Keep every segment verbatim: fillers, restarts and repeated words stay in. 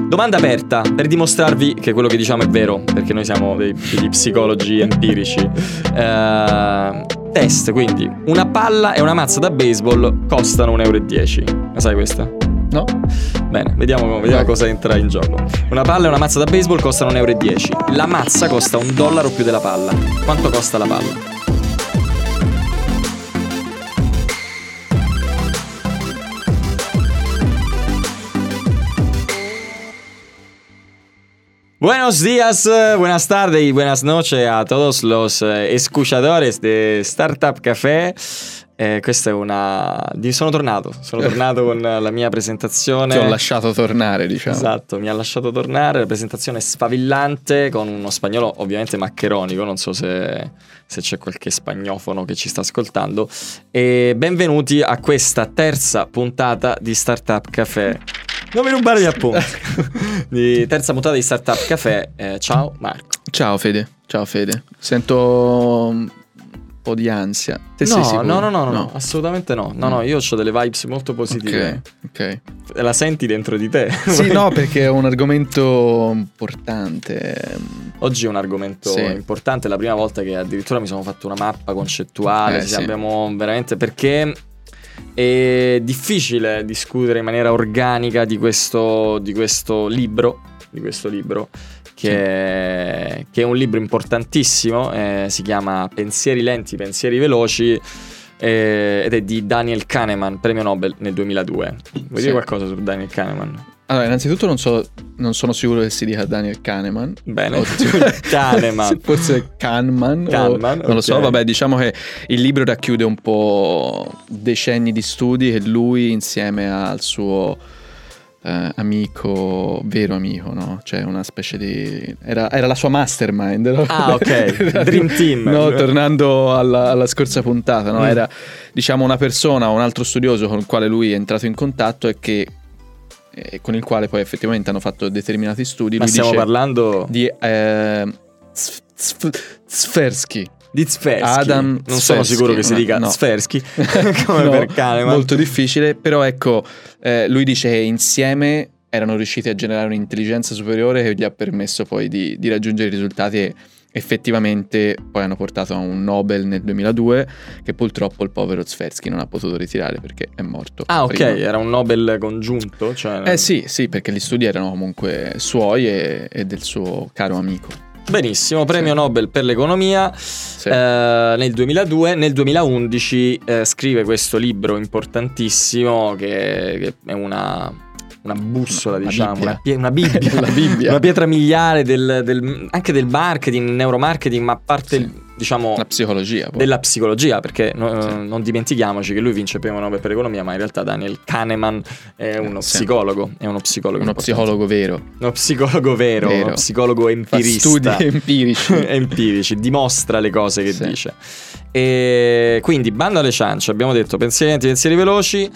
Domanda aperta per dimostrarvi che quello che diciamo è vero, perché noi siamo dei, degli psicologi empirici. Eh, test, quindi una palla e una mazza da baseball costano un euro e dieci. La sai questa? No? Bene, vediamo, vediamo cosa entra in gioco. Una palla e una mazza da baseball costano un euro e dieci. La mazza costa un dollaro più della palla. Quanto costa la palla? Buenos días, buenas tardes y buenas noches a todos los eh, escuchadores de Startup Café. Eh, questa è una... Sono tornato, sono tornato con la mia presentazione. Ti ho lasciato tornare, diciamo. Esatto, mi ha lasciato tornare. La presentazione sfavillante con uno spagnolo ovviamente maccheronico. Non so se, se c'è qualche spagnofono che ci sta ascoltando. E benvenuti a questa terza puntata di Startup Café. Non mi rubare gli appunti. Di terza puntata di Startup Café. eh, Ciao Marco. Ciao Fede, ciao Fede. Sento un po' di ansia. Te no, sei sicuro? no, no, no, no, no, assolutamente no. No, no, io ho delle vibes molto positive. Ok, ok. La senti dentro di te? Sì, no, perché è un argomento importante. Oggi è un argomento sì. importante. È la prima volta che addirittura mi sono fatto una mappa concettuale. Eh, sì. sì. Abbiamo veramente... Perché... è difficile discutere in maniera organica di questo, di questo libro, di questo libro che, sì. è, che è un libro importantissimo, eh, si chiama Pensieri lenti, pensieri veloci, eh, ed è di Daniel Kahneman, premio Nobel nel duemiladue. Vuoi sì. dire qualcosa su Daniel Kahneman? Allora, innanzitutto non so, non sono sicuro che si dica Daniel Kahneman. Bene, Kahneman. Forse Kahneman, Kahneman non lo so, okay. vabbè, diciamo che il libro racchiude un po' decenni di studi che lui insieme al suo eh, amico, vero amico, no? Cioè una specie di... Era, era la sua mastermind, no? Ah, ok, Dream Team. No, tornando alla, alla scorsa puntata, no? Mm. Era, diciamo, una persona, un altro studioso con il quale lui è entrato in contatto e che e con il quale poi effettivamente hanno fatto determinati studi. Ma lui stiamo dice parlando di eh, Tversky. Di Tversky. Adam non Tversky. sono sicuro che si dica no. Tversky come no, per Kahneman. Molto difficile, però ecco, eh, lui dice che insieme erano riusciti a generare un'intelligenza superiore che gli ha permesso poi di, di raggiungere i risultati e effettivamente poi hanno portato a un Nobel nel duemiladue che purtroppo il povero Tversky non ha potuto ritirare perché è morto. Ah, ok, prima. Era un Nobel congiunto, cioè... Eh sì, sì, perché gli studi erano comunque suoi e, e del suo caro amico. Benissimo, premio sì. Nobel per l'economia sì. eh, nel duemiladue. Nel duemilaundici eh, scrive questo libro importantissimo che, che è una... una bussola, una diciamo, Bibbia. Una, pie- una Bibbia, la Bibbia. Una pietra miliare del, del, anche del marketing, neuromarketing, ma a parte, sì. diciamo, la psicologia, poi. Della psicologia, perché no, sì. non dimentichiamoci che lui vince il premio Nobel per l'economia, ma in realtà Daniel Kahneman è uno sì. psicologo, è uno psicologo, uno importante. psicologo vero, uno psicologo vero, vero. uno psicologo empirista, fa studi empirici, empirici, dimostra le cose che sì. dice. E quindi bando alle ciance, abbiamo detto pensieri lenti, pensieri veloci.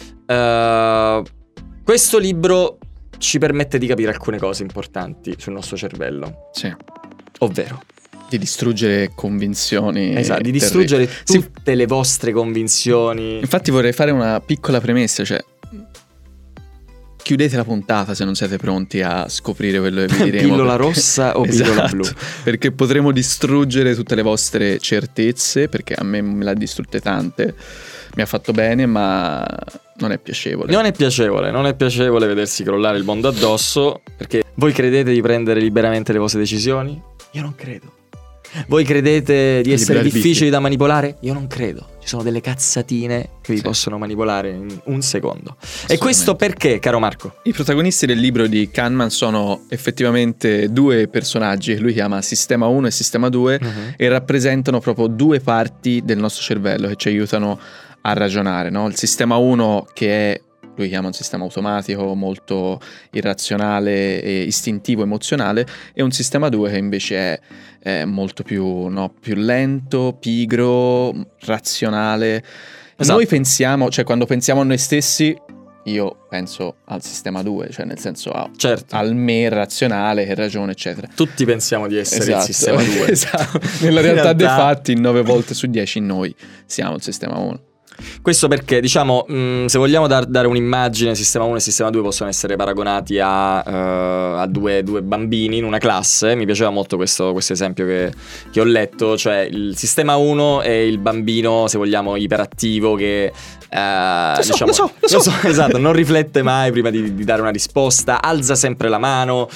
Uh, questo libro ci permette di capire alcune cose importanti sul nostro cervello. Sì. Ovvero di distruggere convinzioni. Esatto, di terri- distruggere sì. tutte le vostre convinzioni. Infatti vorrei fare una piccola premessa, cioè chiudete la puntata se non siete pronti a scoprire quello che vi diremo. Pillola perché... rossa o esatto, pillola blu? Perché potremo distruggere tutte le vostre certezze, perché a me me l'ha distrutte tante. Mi ha fatto bene, ma non è piacevole. Non è piacevole, non è piacevole vedersi crollare il mondo addosso, perché voi credete di prendere liberamente le vostre decisioni? Io non credo. Voi credete di essere difficili da manipolare? Io non credo. Ci sono delle cazzatine che vi sì. possono manipolare in un secondo. E questo perché, caro Marco? I protagonisti del libro di Kahneman sono effettivamente due personaggi che lui chiama Sistema uno e Sistema due uh-huh. e rappresentano proprio due parti del nostro cervello che ci aiutano a ragionare, no? Il Sistema uno che è, lui chiama un sistema automatico molto irrazionale e istintivo, emozionale, e un Sistema due che invece è, è molto più, no, più lento, pigro, razionale. Esatto. Noi pensiamo, cioè quando pensiamo a noi stessi, io penso al Sistema due, cioè nel senso a, certo. al me razionale che ragiona, eccetera. Tutti pensiamo di essere esatto. il Sistema due. Esatto. Nella realtà, realtà dei fatti, nove volte su dieci noi siamo il Sistema uno. Questo perché, diciamo, mh, se vogliamo dar, dare un'immagine, sistema uno e sistema due possono essere paragonati a, uh, a due, due bambini in una classe. Mi piaceva molto questo, questo esempio che, che ho letto, cioè il sistema uno è il bambino, se vogliamo, iperattivo che uh, lo so, diciamo, lo so, lo so. lo so, esatto, non riflette mai prima di, di dare una risposta, alza sempre la mano,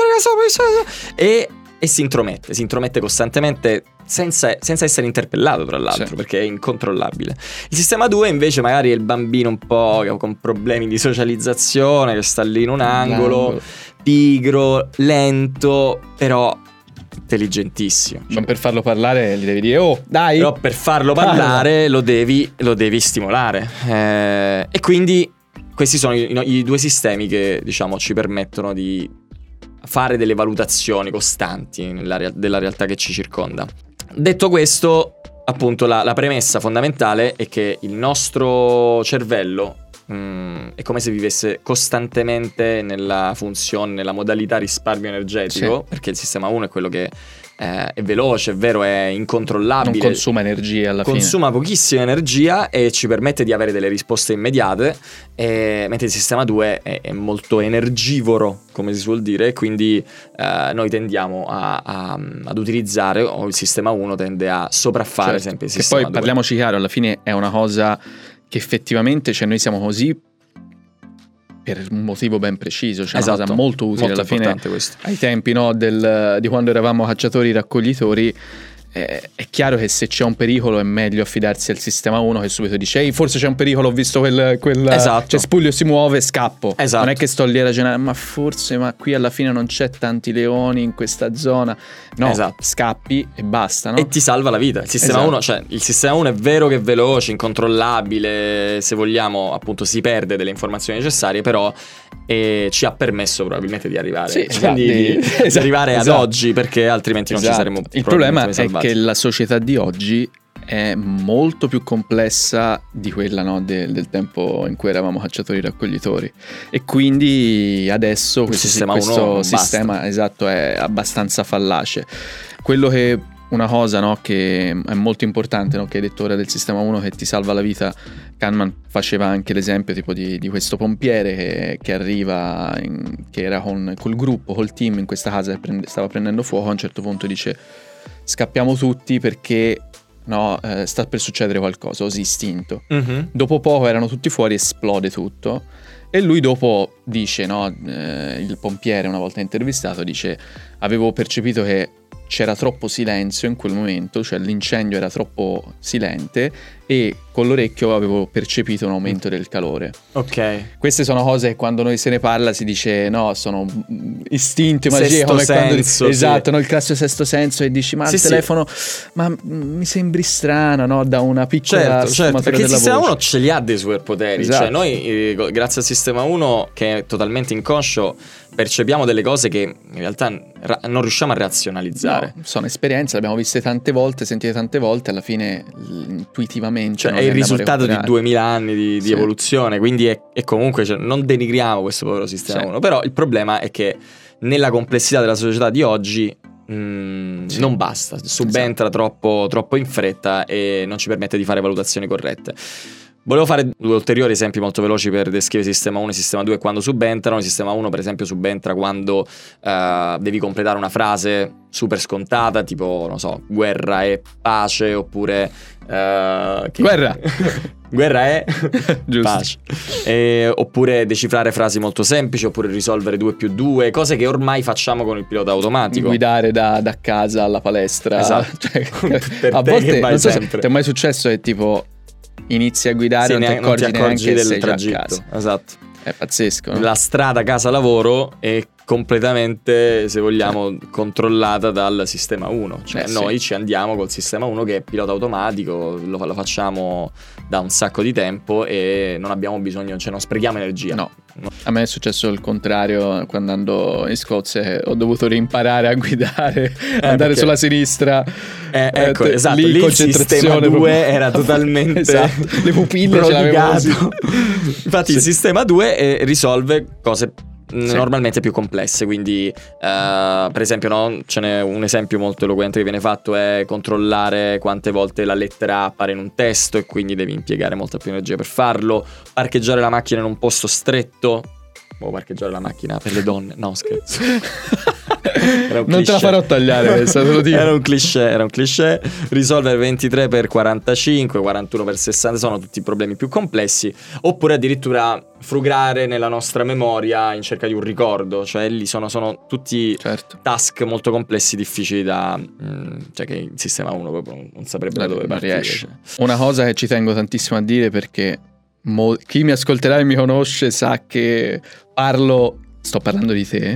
e, e si intromette, si intromette costantemente. Senza, senza essere interpellato, tra l'altro, sì. Perché è incontrollabile. Il sistema due invece magari è il bambino un po' con problemi di socializzazione, che sta lì in un angolo, L'angolo. pigro, lento, però intelligentissimo. Ma per farlo parlare gli devi dire oh dai. Però per farlo parlare lo devi, lo devi stimolare, eh, e quindi questi sono i, i due sistemi che, diciamo, ci permettono di fare delle valutazioni costanti nella, della realtà che ci circonda. Detto questo, appunto, la, la premessa fondamentale è che il nostro cervello mh, è come se vivesse costantemente nella funzione, nella modalità risparmio energetico, sì. Perché il sistema uno è quello che eh, è veloce, è vero, è incontrollabile, non consuma energia alla consuma fine, consuma pochissima energia e ci permette di avere delle risposte immediate, e, mentre il sistema due è, è molto energivoro, come si suol dire, quindi eh, noi tendiamo a, a, ad utilizzare, o il sistema uno tende a sopraffare, certo, sempre il sistema due. Che poi parliamoci chiaro, alla fine è una cosa che effettivamente, cioè, noi siamo così per un motivo ben preciso, cioè, esatto, una cosa molto utile, molto alla fine questo. Ai tempi, no, del, di quando eravamo cacciatori raccoglitori, eh, è chiaro che se c'è un pericolo è meglio affidarsi al sistema uno, che subito dice ehi, forse c'è un pericolo, ho visto quel, quel esatto. cespuglio si muove, scappo, esatto. Non è che sto lì a ragionare ma forse, ma qui alla fine non c'è tanti leoni in questa zona, no, esatto. Scappi e basta, no? E ti salva la vita. Il sistema esatto. uno, cioè il sistema uno è vero che è veloce, incontrollabile, se vogliamo, appunto, si perde delle informazioni necessarie, però e ci ha permesso probabilmente di arrivare, sì, quindi di, di, esatto, di arrivare esatto. ad oggi, perché altrimenti non esatto. ci saremmo. Il problema è che la società di oggi è molto più complessa di quella, no, del, del tempo in cui eravamo cacciatori raccoglitori, e quindi adesso questo sistema, questo sistema esatto, è abbastanza fallace. Quello che una cosa, no, che è molto importante, no, che hai detto ora del sistema uno che ti salva la vita, Kahneman faceva anche l'esempio tipo di, di questo pompiere che, che arriva in, che era con col gruppo, col team in questa casa che prende, stava prendendo fuoco. A un certo punto dice scappiamo tutti perché no, eh, sta per succedere qualcosa, così istinto. Uh-huh. Dopo poco erano tutti fuori, esplode tutto, e lui dopo dice, no, eh, il pompiere, una volta intervistato, dice avevo percepito che c'era troppo silenzio in quel momento, cioè l'incendio era troppo silente, e con l'orecchio avevo percepito un aumento del calore. Ok. Queste sono cose che quando noi se ne parla si dice no, sono istinti, magia, sesto come senso, quando sì. esatto, no, il classico sesto senso, e dici ma sì, il sì. telefono ma mi sembri strano, no, da una piccola certo, certo, perché il sistema voce. uno ce li ha dei superpoteri, esatto. Cioè noi eh, grazie al sistema uno, che è totalmente inconscio, percepiamo delle cose che in realtà ra- non riusciamo a razionalizzare. No, sono esperienze, le abbiamo viste tante volte, sentite tante volte, alla fine intuitivamente, cioè, è il risultato di duemila anni di, di sì. evoluzione, quindi è, è comunque, cioè, non denigriamo questo povero sistema uno, sì. Però il problema è che nella complessità della società di oggi mh, sì. non basta, subentra esatto. troppo, troppo in fretta e non ci permette di fare valutazioni corrette. Volevo fare due ulteriori esempi molto veloci per descrivere sistema uno e sistema due quando subentrano. Il sistema uno, per esempio, subentra quando uh, devi completare una frase super scontata, tipo, non so, guerra è pace, oppure uh, che... guerra guerra è giusto. Pace, e, oppure decifrare frasi molto semplici, oppure risolvere due più due, cose che ormai facciamo con il pilota automatico. Guidare da, da casa alla palestra, esatto. Cioè, per a te volte che vai non so sempre. se ti è mai successo che tipo inizi a guidare, sì, non, ti accorgi, non ti accorgi neanche del tragitto. Esatto. È pazzesco, no? La strada casa-lavoro è completamente, se vogliamo, controllata dal sistema uno. Cioè eh, noi sì. ci andiamo col sistema uno, che è pilota automatico, lo, lo facciamo da un sacco di tempo e non abbiamo bisogno, cioè non sprechiamo energia. No. no. A me è successo il contrario quando andavo in Scozia, ho dovuto rimparare a guidare, eh, andare perché... sulla sinistra. Eh, ecco, eh, esatto, lì, lì il sistema due era totalmente esatto. Le pupille ce l'avevo. Infatti sì. il sistema due eh, risolve cose sì. normalmente più complesse, quindi uh, per esempio no, ce n'è un esempio molto eloquente che viene fatto, è controllare quante volte la lettera A appare in un testo e quindi devi impiegare molta più energia per farlo, parcheggiare la macchina in un posto stretto. Oh, parcheggiare la macchina per le donne, no scherzo. Non te la farò tagliare questa, te lo dico. Era un cliché, era un cliché. Risolvere ventitré per quarantacinque, quarantuno per sessanta, sono tutti problemi più complessi. Oppure addirittura frugare nella nostra memoria in cerca di un ricordo. Cioè lì sono, sono tutti certo. task molto complessi, difficili da mh, cioè che il sistema uno proprio non saprebbe da dove partire, riesce. Una cosa che ci tengo tantissimo a dire, perché mo- chi mi ascolterà e mi conosce sa che parlo, sto parlando di te,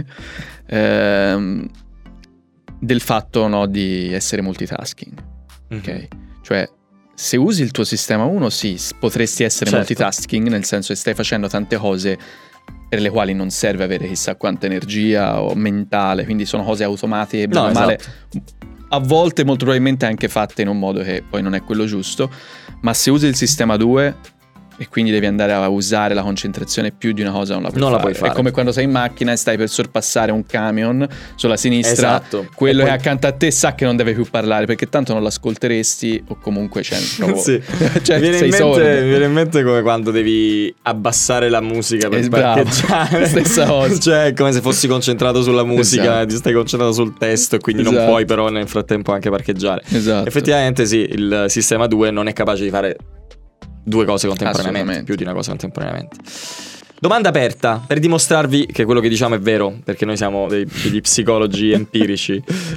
ehm, del fatto, no, di essere multitasking. Mm-hmm. Ok? Cioè, se usi il tuo sistema uno, sì, potresti essere certo. multitasking, nel senso che stai facendo tante cose per le quali non serve avere chissà quanta energia o mentale, quindi sono cose automatiche, no, male, esatto. a volte molto probabilmente anche fatte in un modo che poi non è quello giusto. Ma se usi il sistema due e quindi devi andare a usare la concentrazione, più di una cosa non la puoi, non fare. La puoi fare. È come quando sei in macchina e stai per sorpassare un camion sulla sinistra, esatto. quello poi... che è accanto a te sa che non deve più parlare, perché tanto non l'ascolteresti, o comunque c'è proprio... sì. cioè, mi, viene sei in mente, sordo. mi viene in mente come quando devi abbassare la musica per Eh, parcheggiare. Stessa cosa. Cioè è come se fossi concentrato sulla musica, esatto. ti stai concentrato sul testo e quindi esatto. non puoi però nel frattempo anche parcheggiare. Esatto. Effettivamente sì, il sistema due non è capace di fare due cose contemporaneamente, più di una cosa contemporaneamente. Domanda aperta, per dimostrarvi che quello che diciamo è vero, perché noi siamo dei, degli psicologi empirici.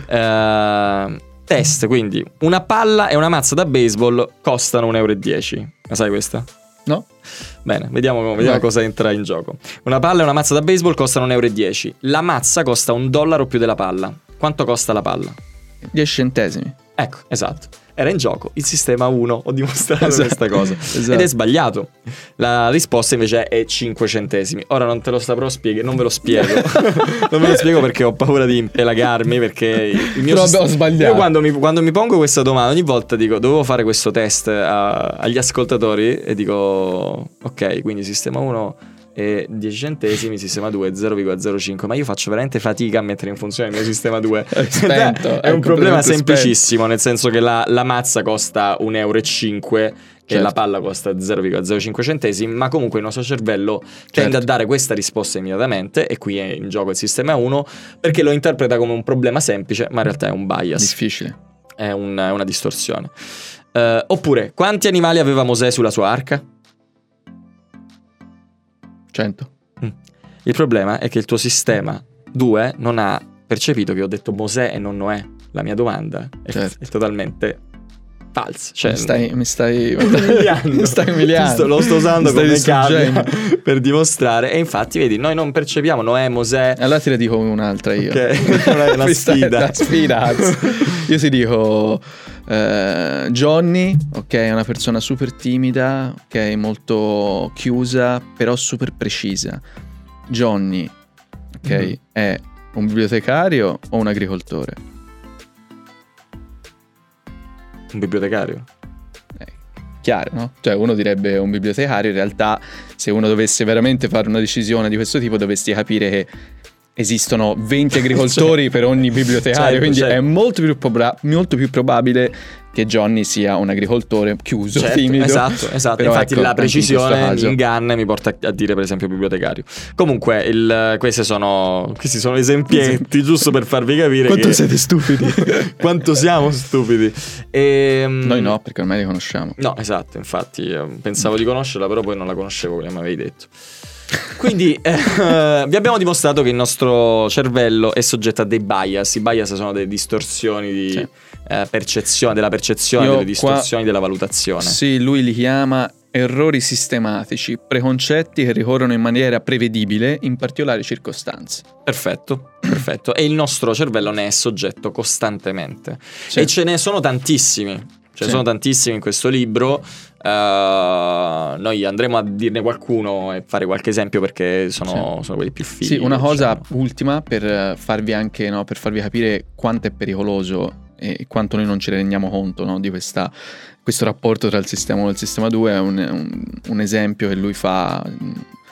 uh, Test, quindi una palla e una mazza da baseball costano un euro e dieci. La sai questa? No? Bene, vediamo, vediamo cosa entra in gioco. Una palla e una mazza da baseball costano un euro e dieci. La mazza costa un dollaro più della palla. Quanto costa la palla? dieci centesimi. Ecco, esatto. Era in gioco il sistema uno, ho dimostrato esatto. questa cosa. Esatto. Ed è sbagliato. La risposta invece è cinque centesimi. Ora non te lo saprò spiegare, non ve lo spiego. Non ve lo spiego perché ho paura di impelagarmi, perché il mio Però sist- ho sbagliato. Io quando mi, quando mi pongo questa domanda ogni volta dico, dovevo fare questo test a, agli ascoltatori e dico ok, quindi sistema uno e dieci centesimi, sistema due zero virgola zero cinque, ma io faccio veramente fatica a mettere in funzione il mio sistema due. È spento, è è un problema completamente semplicissimo, nel senso che la, la mazza costa un euro e cinque e certo. la palla costa zero virgola zero cinque centesimi, ma comunque il nostro cervello certo. tende a dare questa risposta immediatamente, e qui è in gioco il sistema uno, perché lo interpreta come un problema semplice, ma in realtà è un bias. Difficile. È un, una distorsione. Uh, oppure, quanti animali aveva Mosè sulla sua arca? cento. Mm. Il problema è che il tuo sistema due non ha percepito che ho detto Mosè e non Noè. La mia domanda è, certo. è totalmente falsa. Cioè, mi stai mi stai umiliando. mi stai umiliando. Sto, lo sto usando come distruggendo. cavia per dimostrare. E infatti, vedi, noi non percepiamo Noè, Mosè. Allora ti la dico un'altra io. Ok, non è una sfida. Una sfida. Io ti dico eh, Johnny, ok, è una persona super timida, ok, molto chiusa, però super precisa. Johnny, ok, mm-hmm. è un bibliotecario o un agricoltore? Un bibliotecario? Eh, chiaro, no? Cioè uno direbbe un bibliotecario, in realtà se uno dovesse veramente fare una decisione di questo tipo dovresti capire che esistono venti agricoltori cioè, per ogni bibliotecario, certo, quindi certo. è molto più, probab- molto più probabile che Johnny sia un agricoltore chiuso, certo, timido. Esatto, esatto. Però infatti ecco, la precisione in mi inganna e mi porta a dire per esempio bibliotecario. Comunque il, questi sono questi sono esempietti giusto per farvi capire quanto che siete stupidi. Quanto siamo stupidi. E, noi no, perché ormai li conosciamo. No, esatto, infatti pensavo di conoscerla, però poi non la conoscevo, come mi avevi detto. Quindi eh, vi abbiamo dimostrato che il nostro cervello è soggetto a dei bias. I bias sono delle distorsioni di sì. eh, percezione, della percezione, Io delle distorsioni qua, della valutazione. Sì, lui li chiama errori sistematici, preconcetti che ricorrono in maniera prevedibile in particolari circostanze. Perfetto, perfetto. E il nostro cervello ne è soggetto costantemente. Sì. E ce ne sono tantissimi. Ce ne sì. sono tantissimi in questo libro. Uh, noi andremo a dirne qualcuno e fare qualche esempio perché sono, sì. sono quelli più fighi. Sì, una cosa diciamo. ultima per farvi anche, no, per farvi capire quanto è pericoloso e quanto noi non ce ne rendiamo conto, no, di questa, questo rapporto tra il sistema uno e il sistema due. È un, un, un esempio che lui fa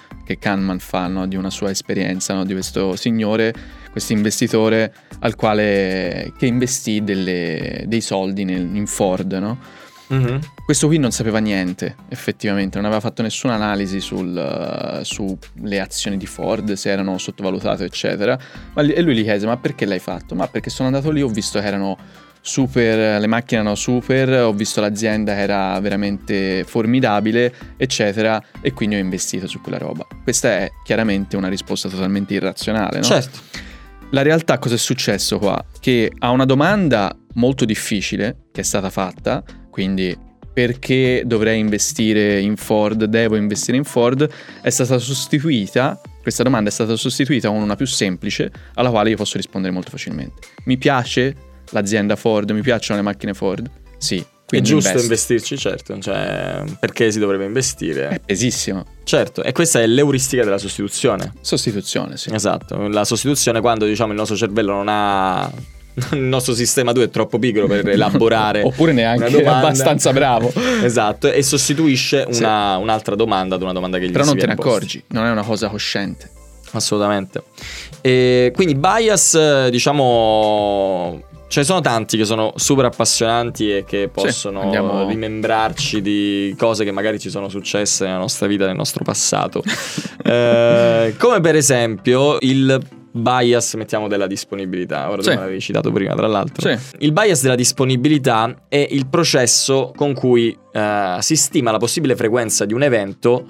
che Kahneman fa, no? Di una sua esperienza, no? Di questo signore, questo investitore al quale che investì delle, dei soldi nel, in Ford, no? Mm-hmm. Questo qui non sapeva niente, effettivamente, non aveva fatto nessuna analisi sul, uh, sulle azioni di Ford, se erano sottovalutate, eccetera. Ma, e lui gli chiese: ma perché l'hai fatto? Ma perché sono andato lì, ho visto che erano super, le macchine erano super, ho visto l'azienda che era veramente formidabile, eccetera, e quindi ho investito su quella roba. Questa è chiaramente una risposta totalmente irrazionale, no? Certo. La realtà cosa è successo qua? Che a una domanda molto difficile che è stata fatta, quindi perché dovrei investire in Ford, devo investire in Ford, è stata sostituita, questa domanda è stata sostituita con una più semplice, alla quale io posso rispondere molto facilmente. Mi piace l'azienda Ford, mi piacciono le macchine Ford? Sì. È giusto investi. investirci, certo, cioè perché si dovrebbe investire? È pesissimo. Certo, e questa è l'euristica della sostituzione. Sostituzione, sì. Esatto, la sostituzione quando, diciamo, il nostro cervello non ha... il nostro sistema due è troppo piccolo per elaborare oppure neanche abbastanza bravo. Esatto, e sostituisce una, sì. un'altra domanda ad una domanda che gli però si non te ne posta. accorgi, non è una cosa cosciente. Assolutamente. E quindi bias, diciamo, ce ne sono tanti che sono super appassionanti e che possono sì, andiamo... rimembrarci di cose che magari ci sono successe nella nostra vita, nel nostro passato. eh, come per esempio il bias, mettiamo, della disponibilità. Ora sì. tu me l'avevi citato prima, tra l'altro. Sì. Il bias della disponibilità è il processo con cui eh, si stima la possibile frequenza di un evento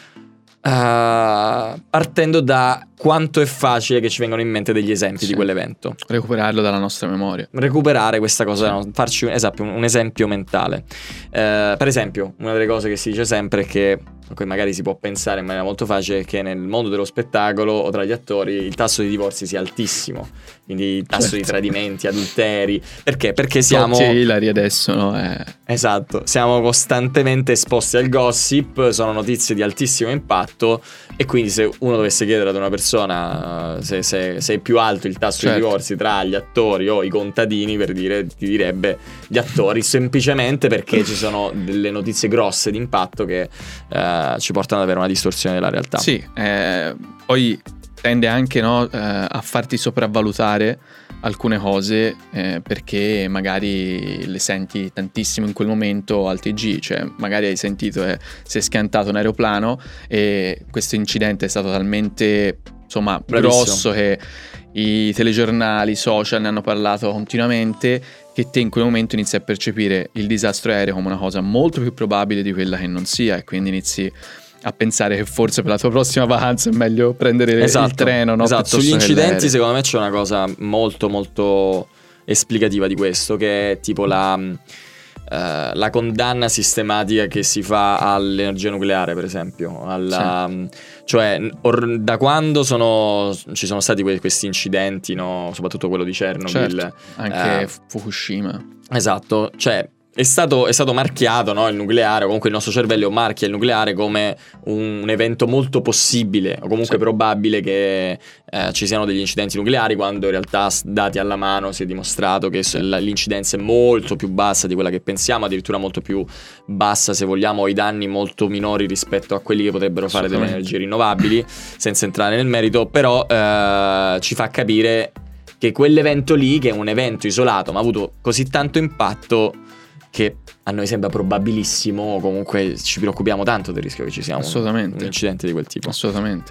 Uh, partendo da quanto è facile che ci vengano in mente degli esempi sì. di quell'evento. Recuperarlo dalla nostra memoria. Recuperare questa cosa, sì. no? farci esatto, un, un esempio mentale. Uh, per esempio, una delle cose che si dice sempre è che, okay, magari si può pensare in maniera molto facile, che nel mondo dello spettacolo o tra gli attori il tasso di divorzi sia altissimo. Quindi il tasso certo. di tradimenti, adulteri. Perché? Perché siamo... Totti e Hilary adesso, no? Eh... Esatto, siamo costantemente esposti al gossip, sono notizie di altissimo impatto e quindi se uno dovesse chiedere ad una persona se, se, se è più alto il tasso certo. di divorzi tra gli attori o i contadini, per dire, ti direbbe gli attori, semplicemente perché ci sono delle notizie grosse di impatto che eh, ci portano ad avere una distorsione della realtà. Sì, eh, poi tende anche, no, eh, a farti sopravvalutare alcune cose eh, perché magari le senti tantissimo in quel momento al T G, cioè magari hai sentito che si è schiantato un aeroplano e questo incidente è stato talmente, insomma, Bravissimo. grosso che i telegiornali, i social ne hanno parlato continuamente, che te in quel momento inizi a percepire il disastro aereo come una cosa molto più probabile di quella che non sia, e quindi inizi a pensare che forse per la tua prossima vacanza è meglio prendere esatto, il treno, no? Esatto, sugli incidenti secondo me c'è una cosa molto molto esplicativa di questo, che è tipo la, uh, la condanna sistematica che si fa all'energia nucleare, per esempio, alla, sì. cioè or, da quando sono, ci sono stati que- questi incidenti, no? Soprattutto quello di Chernobyl, certo, anche uh, Fukushima. Esatto, cioè È stato, è stato marchiato, no, il nucleare, o comunque il nostro cervello marchia il nucleare come un, un evento molto possibile o comunque sì. probabile che eh, ci siano degli incidenti nucleari, quando in realtà, dati alla mano, si è dimostrato che sì. l'incidenza è molto più bassa di quella che pensiamo, addirittura molto più bassa, se vogliamo, i danni molto minori rispetto a quelli che potrebbero fare delle energie rinnovabili, senza entrare nel merito, però eh, ci fa capire che quell'evento lì, che è un evento isolato ma ha avuto così tanto impatto, che a noi sembra probabilissimo, o comunque ci preoccupiamo tanto del rischio che ci sia un, un incidente di quel tipo. Assolutamente.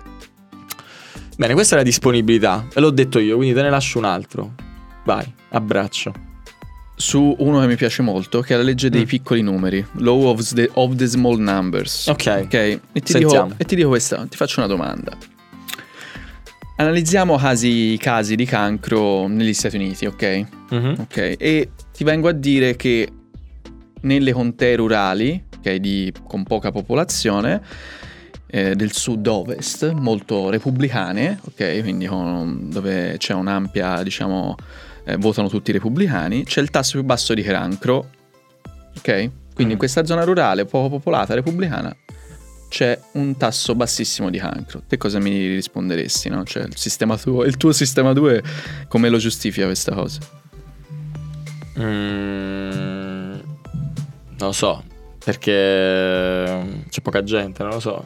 Bene, questa è la disponibilità, e l'ho detto io, quindi te ne lascio un altro. Vai, abbraccio. Su uno che mi piace molto, che è la legge dei mm. piccoli numeri, Law of the, of the Small Numbers. Ok, Ok, e ti, dico, e ti dico questa, ti faccio una domanda. Analizziamo casi, casi di cancro negli Stati Uniti, ok? Mm-hmm. Ok, e ti vengo a dire che nelle contee rurali, okay, di, con poca popolazione, eh, del sud-ovest, molto repubblicane, ok, quindi con, dove c'è un'ampia, diciamo, eh, votano tutti i repubblicani, c'è il tasso più basso di cancro, ok? Quindi mm. in questa zona rurale, poco popolata, repubblicana, c'è un tasso bassissimo di cancro. Te cosa mi risponderesti, no? Cioè il sistema tuo, il tuo sistema due, come lo giustifica questa cosa? Mm. Non lo so, Perché c'è poca gente, non lo so.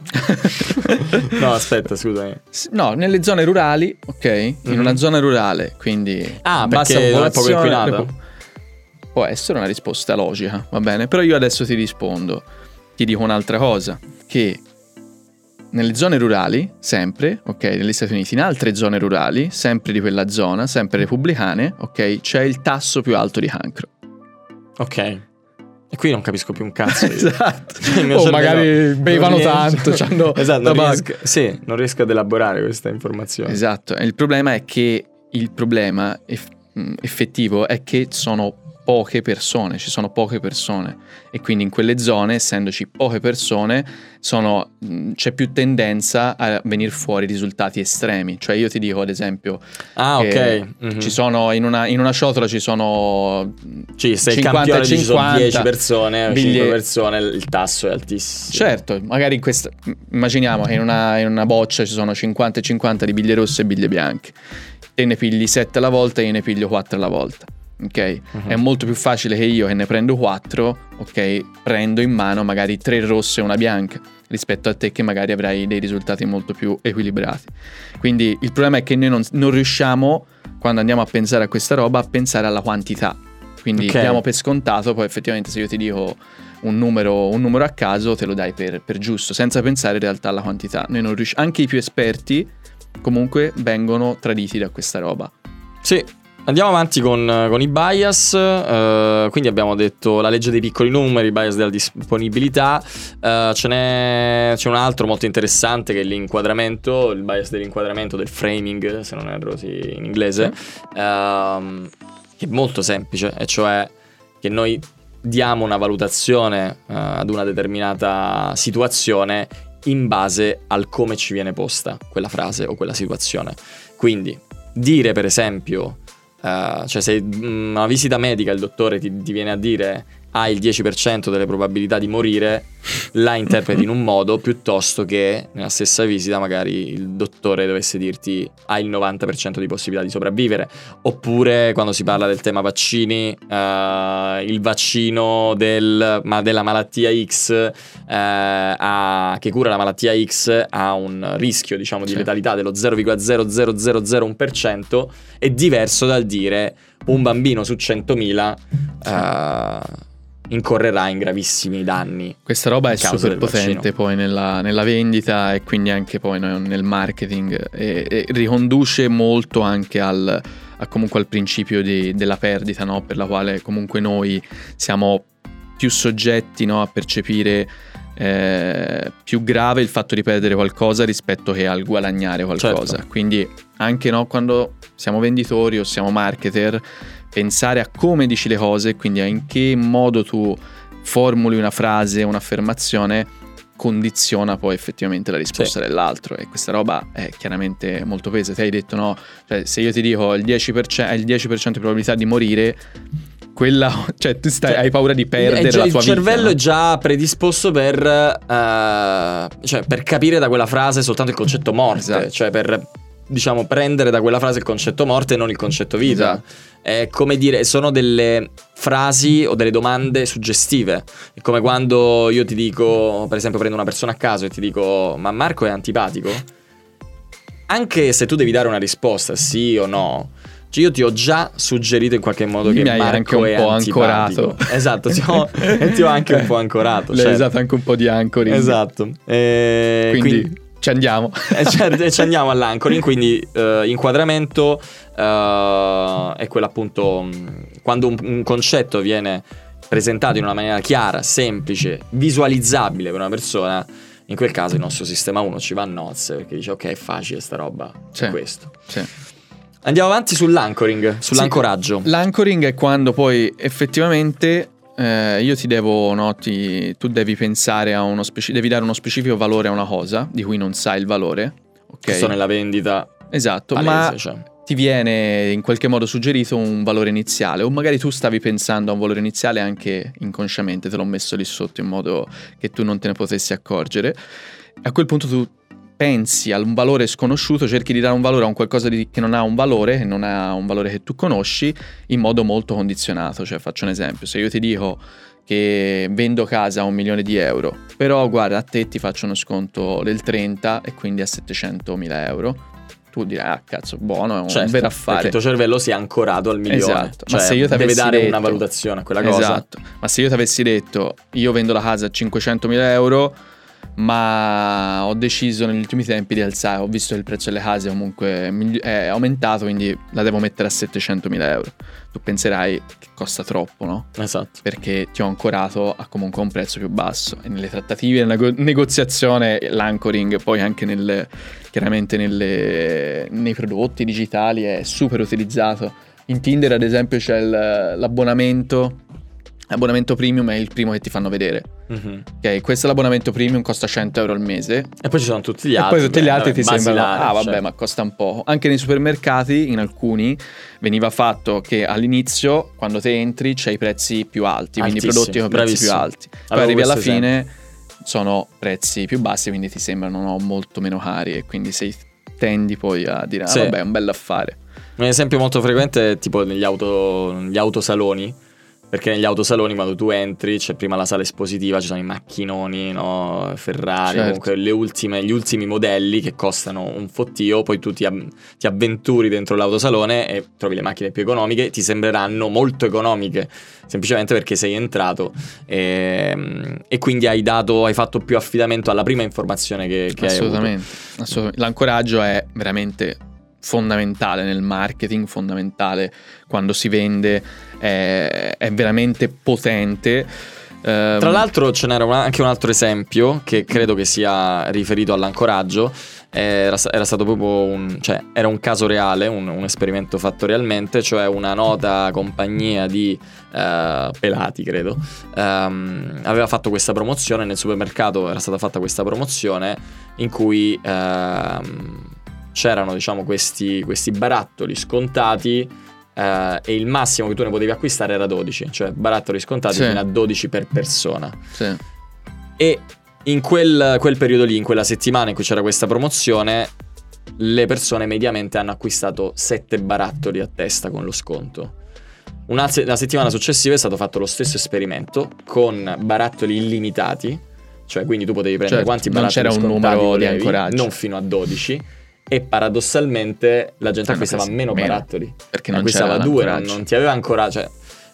No, aspetta, scusami. No, nelle zone rurali, ok? In mm-hmm. una zona rurale, quindi ah, bassa perché popolazione, è poco inquinata. Po- può essere una risposta logica, va bene? Però io adesso ti rispondo, ti dico un'altra cosa, che nelle zone rurali, sempre, ok, negli Stati Uniti, in altre zone rurali, sempre di quella zona, sempre repubblicane, ok, c'è il tasso più alto di cancro. Ok. E qui non capisco più un cazzo. Esatto. O magari bevano tanto. C'hanno esatto, non riesco, sì, non riesco ad elaborare questa informazione. Esatto. E il problema è che il problema eff- effettivo è che sono poche persone, ci sono poche persone e quindi in quelle zone, essendoci poche persone, sono, c'è più tendenza a venire fuori risultati estremi. Cioè io ti dico ad esempio ah ok mm-hmm. ci sono in una, in una ciotola ci sono sì, se cinquanta, il campione ci sono dieci persone biglie... cinque persone, il tasso è altissimo. Certo, magari in questa immaginiamo che in una, in una boccia ci sono cinquanta e cinquanta di biglie rosse e biglie bianche, te ne pigli sette alla volta e io ne piglio quattro alla volta. Ok, uh-huh. È molto più facile che io che ne prendo quattro, ok, prendo in mano magari tre rosse e una bianca rispetto a te che magari avrai dei risultati molto più equilibrati. Quindi il problema è che noi non, non riusciamo, quando andiamo a pensare a questa roba, a pensare alla quantità. Quindi okay. diamo per scontato, poi effettivamente se io ti dico un numero, un numero a caso te lo dai per, per giusto, senza pensare in realtà alla quantità. Noi non riusciamo, anche i più esperti comunque vengono traditi da questa roba. Sì. Andiamo avanti con, con i bias, uh, quindi abbiamo detto la legge dei piccoli numeri, il bias della disponibilità, uh, ce n'è c'è un altro molto interessante che è l'inquadramento, il bias dell'inquadramento, del framing, se non erro sì, in inglese, sì. uh, che è molto semplice, e cioè che noi diamo una valutazione uh, ad una determinata situazione in base al come ci viene posta quella frase o quella situazione. Quindi dire per esempio Uh, cioè se una visita medica il dottore ti, ti viene a dire hai il dieci per cento delle probabilità di morire, la interpreti in un modo piuttosto che nella stessa visita magari il dottore dovesse dirti hai il novanta per cento di possibilità di sopravvivere. Oppure quando si parla del tema vaccini, uh, il vaccino del, ma della malattia X uh, ha, che cura la malattia X ha un rischio diciamo di sì. letalità dello zero virgola zero zero zero zero uno per cento, è diverso dal dire un bambino su centomila uh, incorrerà in gravissimi danni. Questa roba è super potente poi nella, nella vendita e quindi anche poi nel marketing e, e riconduce molto anche al, a comunque al principio di, della perdita, no? Per la quale comunque noi siamo più soggetti, no? A percepire eh, più grave il fatto di perdere qualcosa rispetto che al guadagnare qualcosa. Certo. Quindi anche no, quando siamo venditori o siamo marketer, pensare a come dici le cose, quindi a in che modo tu formuli una frase, un'affermazione, condiziona poi effettivamente la risposta sì. dell'altro. E questa roba è chiaramente molto pesa. Ti hai detto no, cioè se io ti dico il dieci per cento, hai il dieci per cento di probabilità di morire, quella, cioè tu stai, cioè, hai paura di perdere già, la tua vita. Il cervello no? è già predisposto per uh, cioè per capire da quella frase soltanto il concetto morte, esatto. Cioè per diciamo prendere da quella frase il concetto morte e non il concetto vita. Esatto. È come dire, sono delle frasi o delle domande suggestive. È come quando io ti dico, per esempio prendo una persona a caso e ti dico ma Marco è antipatico? Anche se tu devi dare una risposta sì o no, cioè io ti ho già suggerito in qualche modo Mi che hai Marco anche un è po' antipatico. Ancorato. Esatto, ti ho, e ti ho anche un po' ancorato. L'hai cioè. usato anche un po' di ancoring. Esatto. E quindi, quindi ci andiamo. E ci andiamo all'ancoring. Quindi uh, inquadramento uh, è quello appunto quando un, un concetto viene presentato in una maniera chiara, semplice, visualizzabile per una persona. In quel caso il nostro sistema uno ci va a nozze perché dice ok, è facile sta roba, sì, è questo. Sì. Andiamo avanti sull'anchoring, sull'ancoraggio. Sì, l'anchoring è quando poi effettivamente eh, io ti devo, no, ti, tu devi pensare a uno speci- devi dare uno specifico valore a una cosa di cui non sai il valore. Ok. Questo nella vendita. Esatto, palese, ma cioè. ti viene in qualche modo suggerito un valore iniziale, o magari tu stavi pensando a un valore iniziale anche inconsciamente, te l'ho messo lì sotto in modo che tu non te ne potessi accorgere. A quel punto tu pensi a un valore sconosciuto, cerchi di dare un valore a un qualcosa di, che non ha un valore, che non ha un valore che tu conosci, in modo molto condizionato. Cioè faccio un esempio, se io ti dico che vendo casa a un milione di euro, però guarda, a te ti faccio uno sconto del trenta e quindi a settecentomila euro. Tu dirai, ah cazzo, buono, è un certo, vero affare. Perché il tuo cervello si è ancorato al milione. Esatto. Cioè, ma se io deve dare detto, una valutazione a quella cosa. Esatto. Ma se io ti avessi detto, io vendo la casa a cinquecentomila euro, ma ho deciso negli ultimi tempi di alzare, ho visto che il prezzo delle case comunque è aumentato, quindi la devo mettere a settecentomila euro. Tu penserai che costa troppo, no? Esatto. Perché ti ho ancorato a comunque un prezzo più basso, e nelle trattative, nella negoziazione, l'anchoring poi anche nel, chiaramente nelle, nei prodotti digitali è super utilizzato. In Tinder ad esempio c'è il, l'abbonamento L'abbonamento premium è il primo che ti fanno vedere. Mm-hmm. Ok, questo è l'abbonamento premium, costa cento euro al mese. E poi ci sono tutti gli e altri. E poi tutti gli altri beh, ti sembrano, ah vabbè, cioè. ma costa un po'. Anche nei supermercati, in alcuni, veniva fatto che all'inizio, quando te entri, c'hai i prezzi più alti, quindi i prodotti con prezzi più alti. Poi allora, arrivi alla fine, esempio. sono prezzi più bassi, quindi ti sembrano no, molto meno cari, e quindi sei, tendi poi a dire, ah sì. vabbè, è un bell'affare. Un esempio molto frequente è tipo negli, auto, negli autosaloni. Perché negli autosaloni quando tu entri c'è prima la sala espositiva, ci sono i macchinoni, no? Ferrari, certo. comunque le ultime, gli ultimi modelli che costano un fottio, poi tu ti, ti avventuri dentro l'autosalone e trovi le macchine più economiche, ti sembreranno molto economiche, semplicemente perché sei entrato e, e quindi hai dato, hai fatto più affidamento alla prima informazione che, che assolutamente, hai avuto. Assolutamente. L'ancoraggio è veramente fondamentale nel marketing, fondamentale quando si vende, è, è veramente potente. Um, Tra l'altro ce n'era una, anche un altro esempio che credo che sia riferito all'ancoraggio. Era, era stato proprio un, cioè era un caso reale, un, un esperimento fatto realmente, cioè una nota compagnia di uh, pelati, credo, um, aveva fatto questa promozione nel supermercato, era stata fatta questa promozione in cui uh, c'erano, diciamo, questi, questi barattoli scontati eh, e il massimo che tu ne potevi acquistare era dodici, cioè barattoli scontati sì. fino a dodici per persona. Sì. E in quel, quel periodo lì, in quella settimana in cui c'era questa promozione, le persone mediamente hanno acquistato sette barattoli a testa con lo sconto. Una, la settimana successiva è stato fatto lo stesso esperimento con barattoli illimitati, cioè quindi tu potevi prendere certo, quanti barattoli non c'era un numero volevi, di ancoraggio, non fino a dodici. E paradossalmente la gente acquistava meno, meno barattoli, perché non acquistava c'era due, non, non ti aveva ancora, cioè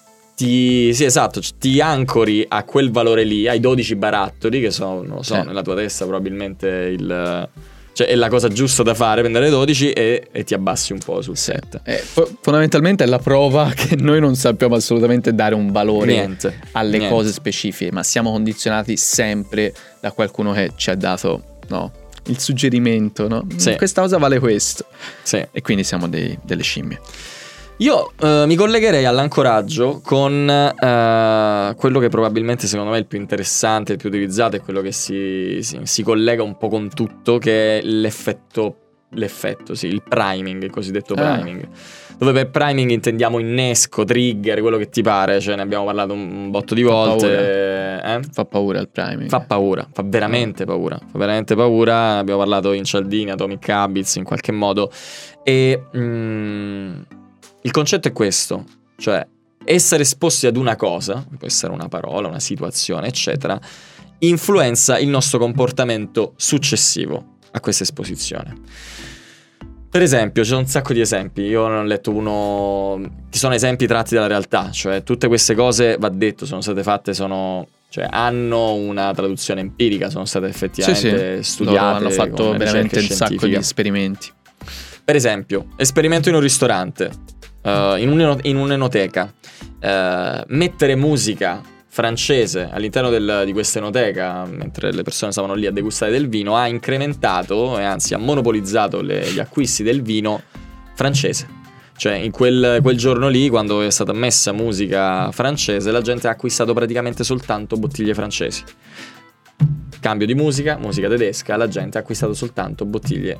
ti, sì esatto, ti ancori a quel valore lì, ai dodici barattoli che sono, non lo so, sì. nella tua testa probabilmente il, cioè è la cosa giusta da fare, prendere dodici e, e ti abbassi un po' sul sì. set. Eh, fondamentalmente è la prova che noi non sappiamo assolutamente dare un valore niente, alle niente. cose specifiche, ma siamo condizionati sempre da qualcuno che ci ha dato, no? Il suggerimento, no? Sì. Questa cosa vale questo. Sì. E quindi siamo dei, delle scimmie. Io uh, mi collegherei all'ancoraggio con uh, quello che probabilmente secondo me è il più interessante, il più utilizzato, è quello che si, si, si collega un po' con tutto, che è l'effetto, l'effetto, sì, il priming, il cosiddetto priming. Ah. Dove per priming intendiamo innesco, trigger, quello che ti pare, cioè ne abbiamo parlato un botto di volte. Fa paura, eh? Fa paura il priming. Fa paura, fa veramente paura, fa veramente paura. Abbiamo parlato in Cialdini, Atomic Habits in qualche modo. E mm, il concetto è questo, cioè essere esposti ad una cosa, può essere una parola, una situazione, eccetera, influenza il nostro comportamento successivo a questa esposizione. Per esempio, ci sono un sacco di esempi, io ne ho letto uno, che sono esempi tratti dalla realtà, cioè tutte queste cose, va detto, sono state fatte, sono, cioè hanno una traduzione empirica, sono state effettivamente sì, sì. studiate. Loro hanno fatto veramente un sacco di esperimenti. Per esempio, esperimento in un ristorante, uh, in, un, in un'enoteca, uh, mettere musica francese all'interno del, di questa enoteca mentre le persone stavano lì a degustare del vino ha incrementato e anzi ha monopolizzato le, gli acquisti del vino francese. Cioè in quel, quel giorno lì, quando è stata messa musica francese, la gente ha acquistato praticamente soltanto bottiglie francesi. cambio di musica, musica tedesca, la gente ha acquistato soltanto bottiglie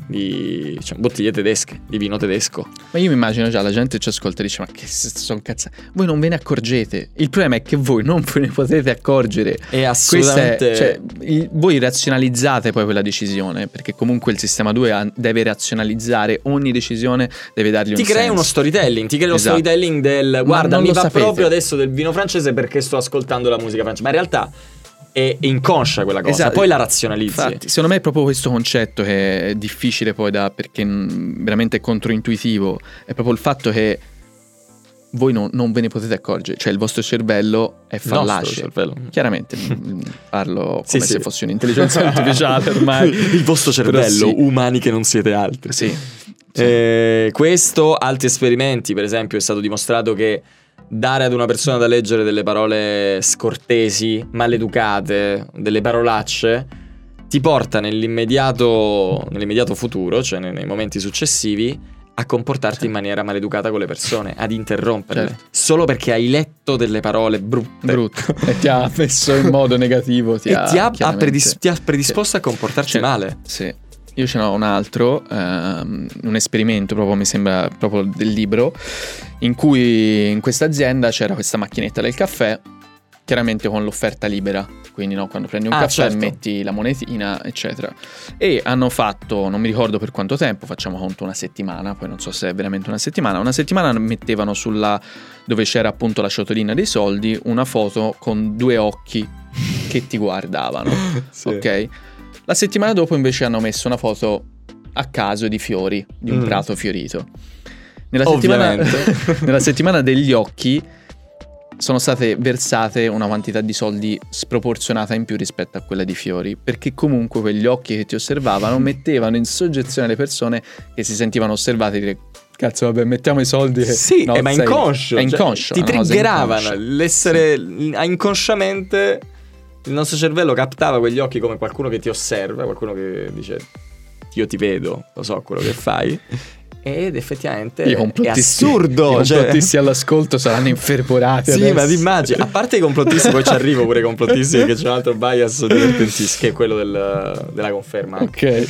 di cioè, bottiglie tedesche, di vino tedesco. Ma io mi immagino già la gente ci ascolta e dice: ma che sono cazzate, voi non ve ne accorgete. Il problema è che voi non ve ne potete accorgere. E assolutamente è, cioè, il, voi razionalizzate poi quella decisione, perché comunque il sistema due ha, deve razionalizzare ogni decisione, deve dargli ti un crei senso. uno storytelling, ti crei Esatto. lo storytelling del guarda, non mi lo va sapete. proprio adesso del vino francese perché sto ascoltando la musica francese, ma in realtà è inconscia quella cosa, Esatto. poi la razionalizzi. Infatti, secondo me è proprio questo concetto che è difficile poi da, perché mh, veramente è controintuitivo, è proprio il fatto che voi non, non ve ne potete accorgere, cioè il vostro cervello è fallace. cervello. Chiaramente mh, parlo come Sì, se sì. fossi un'intelligenza artificiale ormai. Il vostro Però cervello, sì. umani che non siete altri. Sì. Eh, questo, altri esperimenti, per esempio, è stato dimostrato che dare ad una persona da leggere delle parole scortesi, maleducate, delle parolacce, ti porta nell'immediato, nell'immediato futuro, cioè nei, nei momenti successivi, a comportarti Sì. in maniera maleducata con le persone, ad interromperle, Certo. solo perché hai letto delle parole brutte. Brutto. E ti ha messo in modo negativo. Ti e ha, ti ha, ha chiaramente- predis- ti ha predisposto a comportarti Cioè, male. Sì. Io ce n'ho un altro, ehm, un esperimento proprio, mi sembra proprio del libro, in cui in questa azienda c'era questa macchinetta del caffè, chiaramente con l'offerta libera, quindi no, quando prendi un Ah, caffè certo. metti la monetina, eccetera. E hanno fatto, non mi ricordo per quanto tempo, facciamo conto una settimana, poi non so se è veramente una settimana, una settimana mettevano sulla, dove c'era appunto la ciotolina dei soldi, una foto con due occhi che ti guardavano, Sì. ok? La settimana dopo invece hanno messo una foto a caso di fiori, di un Mm. prato fiorito. Nella settimana, Ovviamente. nella settimana degli occhi sono state versate una quantità di soldi sproporzionata in più rispetto a quella di fiori, perché comunque quegli occhi che ti osservavano mettevano in soggezione le persone che si sentivano osservate e dire: cazzo, vabbè, mettiamo i soldi. e- Sì, no, eh, ma sei- inconscio. È cioè, inconscio. ti è una cosa triggeravano. inconscia. L'essere inconsciamente. Il nostro cervello captava quegli occhi come qualcuno che ti osserva, qualcuno che dice: io ti vedo, lo so quello che fai. Ed effettivamente I è complottisti, assurdo. I cioè- complottisti all'ascolto saranno infervorati. Sì, adesso. ma ti immagini, a parte i complottisti, poi ci arrivo pure ai complottisti perché c'è un altro bias divertentissimo, che è quello del- della conferma. Ok.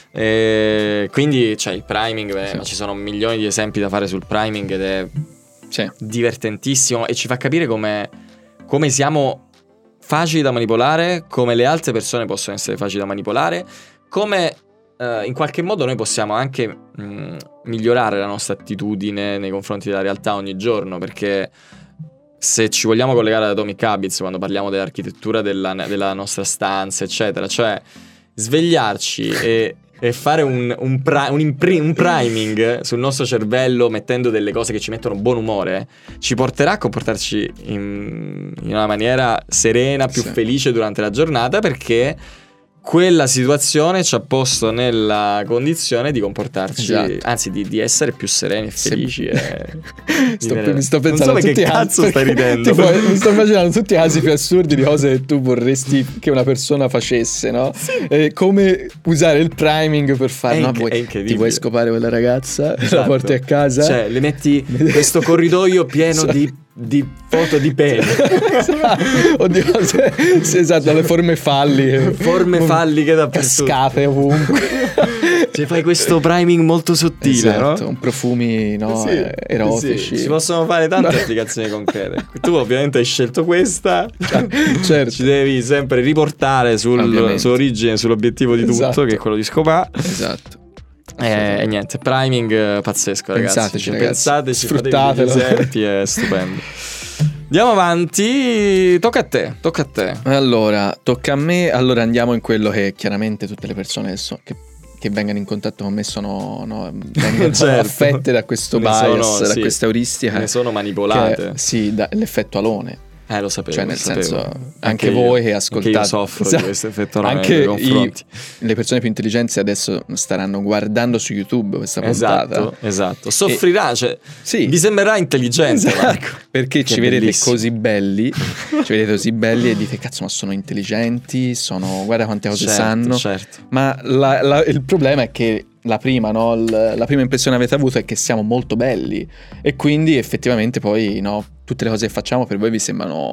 E quindi c'è il priming, beh, Sì. ma ci sono milioni di esempi da fare sul priming ed è Sì. divertentissimo e ci fa capire come, come siamo facili da manipolare, come le altre persone possono essere facili da manipolare, come eh, in qualche modo noi possiamo anche mh, migliorare la nostra attitudine nei confronti della realtà ogni giorno, perché se ci vogliamo collegare ad Atomic Habits quando parliamo dell'architettura della, della nostra stanza, eccetera, cioè svegliarci e e fare un, un, pri- un, impri- un priming sul nostro cervello mettendo delle cose che ci mettono buon umore ci porterà a comportarci in, in una maniera serena, più Sì. felice durante la giornata, perché quella situazione ci ha posto nella condizione di comportarci, Esatto. anzi di, di essere più sereni e Se- felici e Sto, vivere- mi sto Non pensando so a perché tutti i cazzo casi- stai ridendo. Tipo, mi sto immaginando tutti i casi più assurdi di cose che tu vorresti che una persona facesse, no? E come usare il priming per fare, È no, inc- vuoi- è incredibile. ti vuoi scopare quella ragazza, la Esatto. porti a casa. Cioè, le metti questo corridoio pieno Esatto. di, di foto di pene. Oddio, se- sì, esatto, le forme falli. Forme falliche dappertutto. Cascate ovunque. Cioè, fai questo priming molto sottile, Esatto, no? un profumi no, Sì, eh, erotici. sì, si possono fare tante applicazioni concrete. Tu ovviamente hai scelto questa, Certo. ci devi sempre riportare sul, Ovviamente. sull'origine, sull'obiettivo di tutto, Esatto. che è quello di scopare. Esatto. E, e niente, priming eh, pazzesco, ragazzi. Pensateci, Cioè, ragazzi. Pensateci, fatevi Sfruttatelo. degli esempi, è stupendo. Andiamo avanti, tocca a te, tocca a te. Allora, tocca a me. Allora andiamo in quello che chiaramente tutte le persone che, so- che, che vengano in contatto con me sono no, vengono Certo. affette da questo Ne bias, sono, da sì. questa euristica. Ne sono manipolate. che- sì, da, l'effetto alone. Eh, lo sapevo. Cioè, nel lo sapevo. senso, anche io, voi che anche ascoltate. io soffro Esatto. di questo effetto alone Anche nei i- confronti. le persone più intelligenti adesso staranno guardando su YouTube questa puntata. Esatto, esatto. Soffrirà, cioè, Sì. vi sembrerà intelligente, Esatto. Marco. Perché Che ci vedete bellissimo. così belli, ci vedete così belli e dite cazzo, ma sono intelligenti, sono guarda quante cose Certo, sanno. certo. Ma la- la- il problema è che la prima, no, l- la prima impressione che avete avuto è che siamo molto belli e quindi effettivamente poi no, tutte le cose che facciamo per voi vi sembrano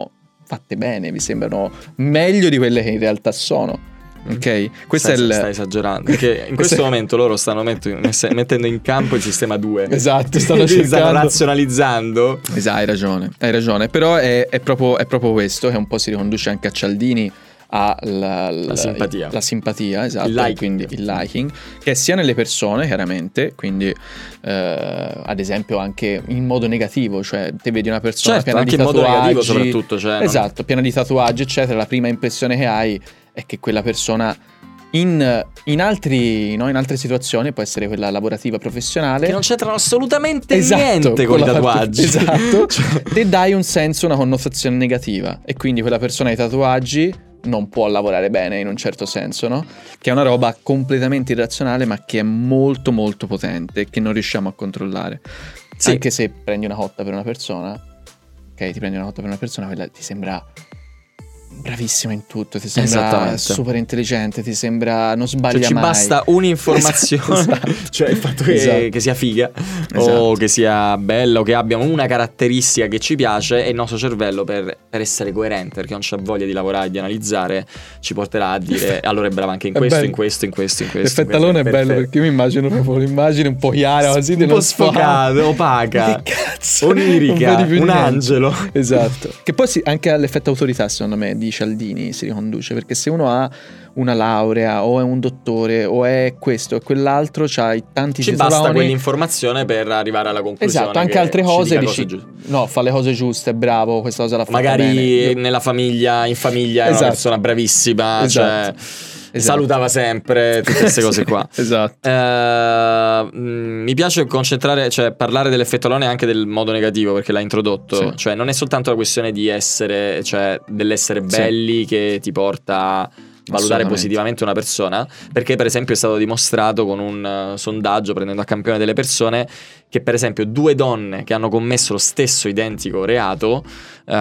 fatte bene, vi sembrano meglio di quelle che in realtà sono. Ok, questo stai, è il... stai esagerando, perché in questo momento loro stanno metto- mettendo in campo il sistema due. Esatto, stanno cercando, stanno razionalizzando. Esatto, hai ragione, hai ragione. Però è, è, proprio, è proprio questo che un po' si riconduce anche a Cialdini, ha la, la, la simpatia, la simpatia, esatto, il liking. Quindi il liking, che sia nelle persone chiaramente, quindi eh, ad esempio anche in modo negativo, cioè te vedi una persona certo, piena anche di in tatuaggi, modo negativo soprattutto, cioè, esatto, non... piena di tatuaggi eccetera, la prima impressione che hai è che quella persona in, in, altri, no, in altre situazioni può essere quella lavorativa, professionale, che non c'entrano assolutamente esatto, niente con, con i tatuaggi. Parte, esatto, cioè... te dai un senso, una connotazione negativa, e quindi quella persona ai tatuaggi non può lavorare bene in un certo senso, no? Che è una roba completamente irrazionale, ma che è molto molto potente, che non riusciamo a controllare. Sì. Anche se prendi una cotta per una persona, ok, ti prendi una cotta per una persona, quella ti sembra bravissima in tutto, ti sembra super intelligente, ti sembra non sbaglia cioè, ci mai. basta un'informazione, esatto. Cioè il fatto che, esatto. che sia figa, esatto. o che sia bella, o che abbia una caratteristica che ci piace, e il nostro cervello per, per essere coerente, perché non c'ha voglia di lavorare e di analizzare, ci porterà a dire allora è brava anche in questo, in questo, in questo, in questo. L'effettalone è bello, perché io mi immagino proprio l'immagine un po' chiara, così, un po' sfocata, opaca, che cazzo? onirica, un, un angelo. Esatto. Che poi sì, anche all'effetto autorità, secondo me, di Cialdini si riconduce, perché se uno ha una laurea o è un dottore o è questo e quell'altro, c'hai tanti ci titoloni. Basta quell'informazione per arrivare alla conclusione. Esatto, anche altre cose dici no, fa le cose giuste, bravo, questa cosa la fa magari bene. nella famiglia, in famiglia è esatto. una persona bravissima, esatto. cioè esatto. salutava sempre, tutte queste cose qua. Esatto. Uh, mi piace concentrare, cioè parlare dell'effettalone anche del modo negativo, perché l'ha introdotto, sì. Cioè non è soltanto la questione di essere, cioè dell'essere belli, sì. che ti porta a valutare positivamente una persona, perché per esempio è stato dimostrato con un uh, sondaggio, prendendo a campione delle persone, che per esempio due donne che hanno commesso lo stesso identico reato, uh,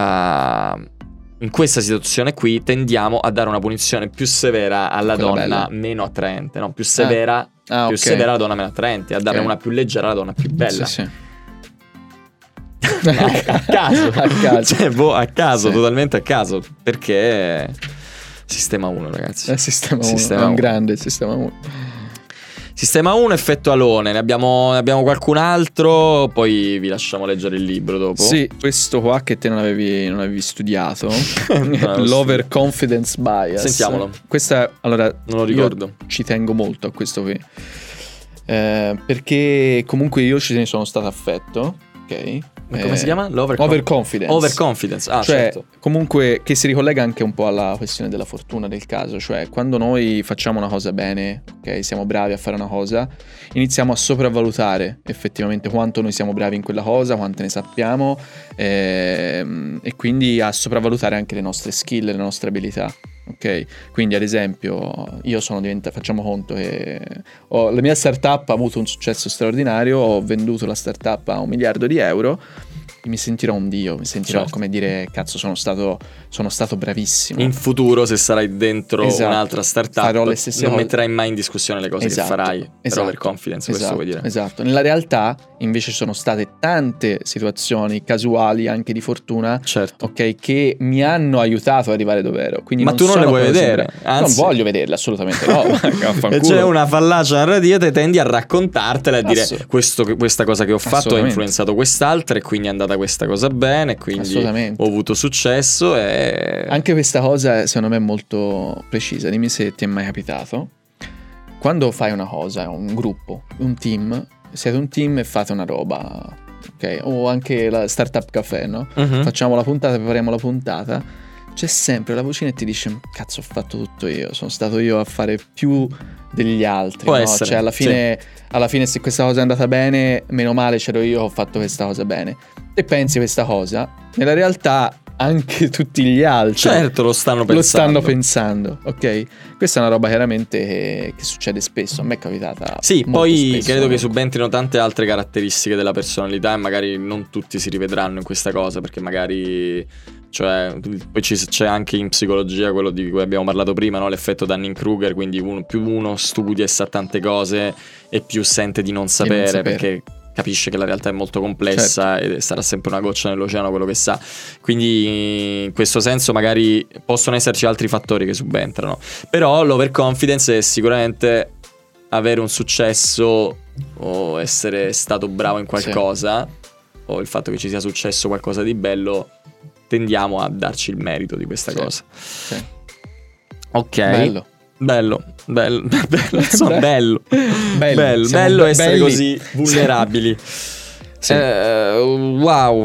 in questa situazione qui tendiamo a dare una punizione più severa alla Quella donna bella. meno attraente, no? Più severa, ah. Ah, più okay. severa alla donna meno attraente, a dare okay. una più leggera alla donna più bella. Sì, sì. a caso, a caso, cioè, boh, a caso, sì. totalmente a caso, perché sistema uno, ragazzi. È sistema uno, è un grande sistema uno. Sistema uno, effetto alone, ne abbiamo, ne abbiamo qualcun altro, poi vi lasciamo leggere il libro dopo. Sì, questo qua che te non avevi, non avevi studiato, no, l'Overconfidence Bias. Sentiamolo. Questa, allora, non lo ricordo. Ci tengo molto a questo qui, eh, perché comunque io ci ne sono stato affetto, ok? Come eh, si chiama? L'overconfidence. Overconfidence, ah, cioè, certo. Comunque, che si ricollega anche un po' alla questione della fortuna del caso. Cioè, quando noi facciamo una cosa bene, ok, siamo bravi a fare una cosa, iniziamo a sopravvalutare effettivamente quanto noi siamo bravi in quella cosa, quante ne sappiamo, ehm, e quindi a sopravvalutare anche le nostre skill, le nostre abilità. Ok, quindi ad esempio io sono diventato, facciamo conto che ho, la mia startup ha avuto un successo straordinario, ho venduto la startup a un miliardo di euro, mi sentirò un dio, mi sentirò certo. come dire cazzo sono stato, sono stato bravissimo. In futuro se sarai dentro esatto. un'altra startup farò le stesse non cose. Metterai mai in discussione le cose esatto. che farai esatto. per overconfidence, esatto. questo vuoi dire. Esatto, nella realtà invece ci sono state tante situazioni casuali anche di fortuna certo. ok, che mi hanno aiutato ad arrivare dove ero. Quindi ma non tu non le vuoi vedere? Anzi, non voglio vederle assolutamente no. E c'è una fallacia narrativa, te tendi a raccontartela e dire questo, questa cosa che ho fatto ha influenzato quest'altra e quindi è andata questa cosa bene, quindi ho avuto successo e... Anche questa cosa secondo me è molto precisa, dimmi se ti è mai capitato. Quando fai una cosa, un gruppo, un team, siete un team e fate una roba, ok? O anche la Startup Café, no? Uh-huh. Facciamo la puntata, prepariamo la puntata, c'è sempre la vocina e ti dice cazzo ho fatto tutto io, sono stato io a fare più degli altri. Può no? essere, cioè alla fine, sì. alla fine se questa cosa è andata bene, meno male c'ero io, ho fatto questa cosa bene. E pensi questa cosa, nella realtà anche tutti gli altri certo lo stanno pensando, lo stanno pensando, ok? Questa è una roba chiaramente che, che succede spesso, a me è capitata sì, molto poi spesso, credo no? che subentrino tante altre caratteristiche della personalità e magari non tutti si rivedranno in questa cosa, perché magari cioè poi ci, c'è anche in psicologia quello di cui abbiamo parlato prima, no? L'effetto Dunning-Kruger, quindi uno, più uno studia e sa tante cose e più sente di non sapere, di non sapere. perché capisce che la realtà è molto complessa, certo, e sarà sempre una goccia nell'oceano quello che sa. Quindi in questo senso magari possono esserci altri fattori che subentrano, però l'overconfidence è sicuramente avere un successo o essere stato bravo in qualcosa, sì, o il fatto che ci sia successo qualcosa di bello, tendiamo a darci il merito di questa, sì, cosa, sì. Ok, bello. Bello, bello, bello, insomma, bello, bello, bello, bello be- essere belli. Così vulnerabili. Sì. Eh, wow,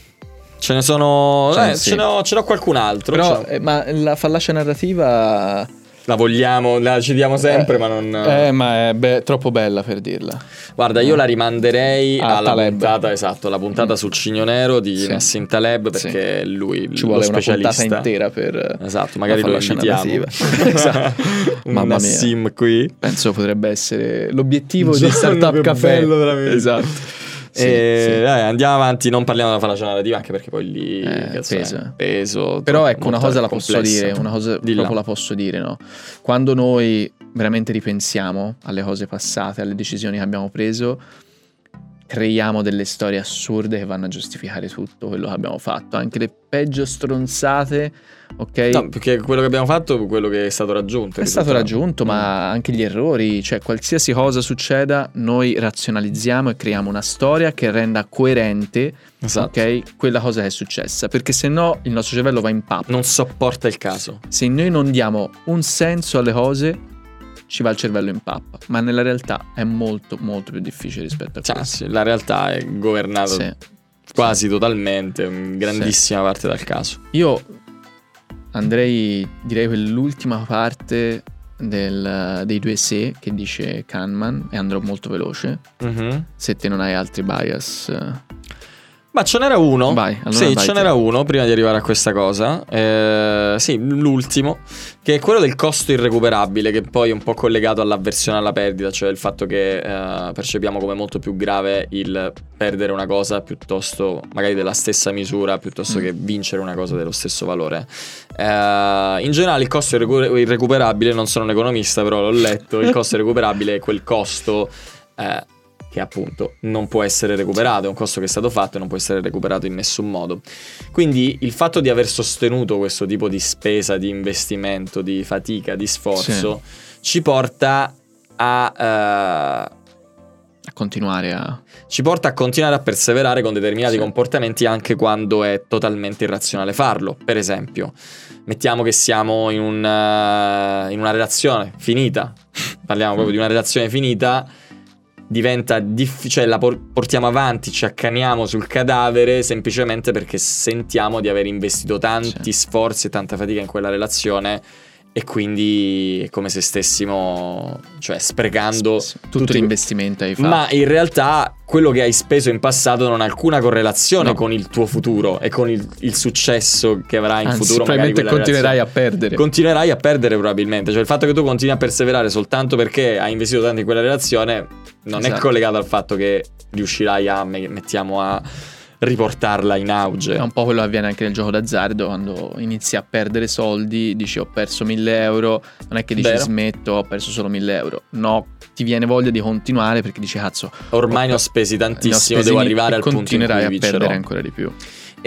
ce ne sono, cioè, eh, sì. ce, n'ho, ce n'ho qualcun altro. Però, eh, ma la fallacia narrativa la vogliamo, la citiamo sempre, eh, ma non. Eh, ma è be- troppo bella per dirla. Guarda, io la rimanderei ah, alla Taleb. puntata, esatto, la puntata mm. sul Cigno Nero di sì. Nassim Taleb, perché sì. lui ci vuole lo specialista. Una puntata intera per. Esatto, magari lo invitiamo. Esatto. Un Nassim qui. Penso potrebbe essere l'obiettivo di Startup Café. Bello, veramente. Esatto. Sì, e, sì. Dai, andiamo avanti, non parliamo della fallacia narrativa, anche perché poi lì eh, peso. È, peso però ecco, una cosa la posso complessa. dire, una cosa Dilla. proprio la posso dire, no? Quando noi veramente ripensiamo alle cose passate, alle decisioni che abbiamo preso, creiamo delle storie assurde che vanno a giustificare tutto quello che abbiamo fatto, anche le peggio stronzate, ok? No, perché quello che abbiamo fatto è quello che è stato raggiunto. È stato raggiunto, mm. ma anche gli errori, cioè qualsiasi cosa succeda, noi razionalizziamo e creiamo una storia che renda coerente, esatto, ok, quella cosa che è successa, perché se no il nostro cervello va in pappa. Non sopporta il caso. Se noi non diamo un senso alle cose, ci va il cervello in pappa, ma nella realtà è molto molto più difficile rispetto a cioè, questo. Sì, la realtà è governata sì. quasi sì. totalmente, in grandissima sì. parte dal caso. Io andrei, direi quell'ultima parte del, dei due se che dice Kahneman, e andrò molto veloce, mm-hmm. se te non hai altri bias. Ma ce n'era uno. Vai, allora sì, vai ce te. n'era uno prima di arrivare a questa cosa. Eh, sì, l'ultimo, che è quello del costo irrecuperabile, che poi è un po' collegato all'avversione alla perdita, cioè il fatto che eh, percepiamo come molto più grave il perdere una cosa piuttosto, magari della stessa misura, piuttosto mm. che vincere una cosa dello stesso valore. Eh, in generale il costo irrecu- irrecuperabile, non sono un economista, però l'ho letto, il costo irrecuperabile è quel costo eh, che appunto non può essere recuperato, è un costo che è stato fatto e non può essere recuperato in nessun modo. Quindi il fatto di aver sostenuto questo tipo di spesa, di investimento, di fatica, di sforzo, sì. ci porta a, uh, a continuare a ci porta a continuare a perseverare con determinati sì. comportamenti, anche quando è totalmente irrazionale farlo. Per esempio, mettiamo che siamo in, un, uh, in una relazione finita, parliamo proprio di una relazione finita, diventa difficile, cioè la por- portiamo avanti, ci accaniamo sul cadavere semplicemente perché sentiamo di aver investito tanti sì. sforzi e tanta fatica in quella relazione, e quindi è come se stessimo, cioè, sprecando sì, sì. tutto tutti... l'investimento hai fatto. Ma in realtà quello che hai speso in passato non ha alcuna correlazione no. con il tuo futuro e con il, il successo che avrai in Anzi, futuro. Probabilmente continuerai a perdere. Continuerai a perdere probabilmente. Cioè il fatto che tu continui a perseverare soltanto perché hai investito tanto in quella relazione non esatto. è collegato al fatto che riuscirai a, mettiamo a riportarla in auge. È un po' quello che avviene anche nel gioco d'azzardo, quando inizi a perdere soldi, dici ho perso mille euro, non è che dici Vero. smetto, ho perso solo mille euro, no, ti viene voglia di continuare perché dici cazzo ormai ne ho spesi tantissimo, ne ho spesi devo arrivare al punto in cui continuerai a vincerò. perdere ancora di più.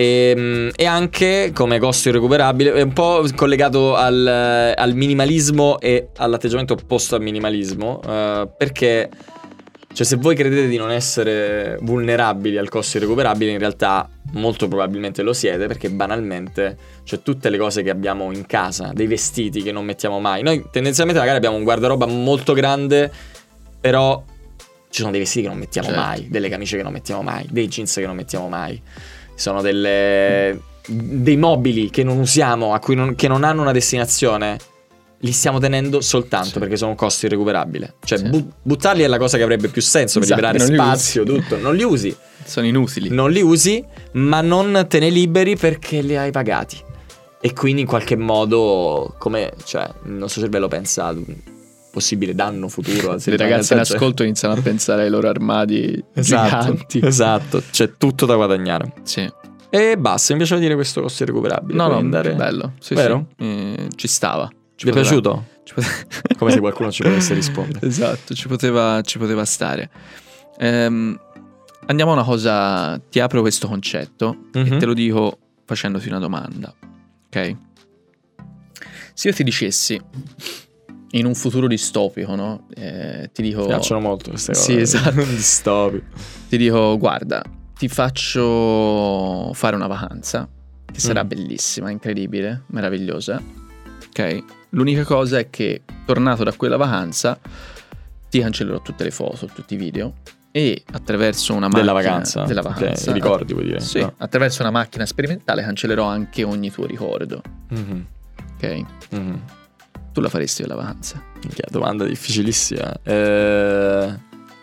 E, e anche come costo irrecuperabile è un po' collegato al, al minimalismo e all'atteggiamento opposto al minimalismo, uh, perché cioè se voi credete di non essere vulnerabili al costo irrecuperabile, in realtà molto probabilmente lo siete, perché banalmente, cioè tutte le cose che abbiamo in casa, dei vestiti che non mettiamo mai, noi tendenzialmente magari abbiamo un guardaroba molto grande, però ci sono dei vestiti che non mettiamo certo. mai, delle camicie che non mettiamo mai, dei jeans che non mettiamo mai, sono delle dei mobili che non usiamo, a cui non, che non hanno una destinazione, li stiamo tenendo soltanto sì. perché sono un costo irrecuperabile. Cioè sì. bu- buttarli è la cosa che avrebbe più senso per esatto, liberare spazio, tutto. Non li usi. Sono inutili. Non li usi, ma non te ne liberi perché li hai pagati. E quindi in qualche modo, come, cioè, il nostro cervello pensa ad un possibile danno futuro. Le ragazze in ascolto iniziano a pensare ai loro armadi esatto, giganti. Esatto, c'è tutto da guadagnare. Sì. E basta, mi piaceva dire questo costo irrecuperabile. No, no, andare... bello. Sì, Vero? Sì. Eh, ci stava. Ci Ti poteva... è piaciuto? Ci poteva... Come se qualcuno ci potesse rispondere. Esatto, ci poteva, ci poteva stare. Ehm, andiamo a una cosa, ti apro questo concetto Mhm. e te lo dico facendoti una domanda, ok? Se io ti dicessi in un futuro distopico, no? Eh, ti dico... Mi piacciono molto queste cose. Sì, esatto. Distopi. Ti dico, guarda, ti faccio fare una vacanza che sarà Mm. bellissima, incredibile, meravigliosa, ok? L'unica cosa è che, tornato da quella vacanza, ti cancellerò tutte le foto, tutti i video e attraverso una macchina... Della vacanza. Della Ok, vacanza. i ricordi, vuoi dire? Sì, No. attraverso una macchina sperimentale cancellerò anche ogni tuo ricordo, Mhm. ok? Mhm. Tu la faresti quella vacanza? Minchia, domanda difficilissima. Eh...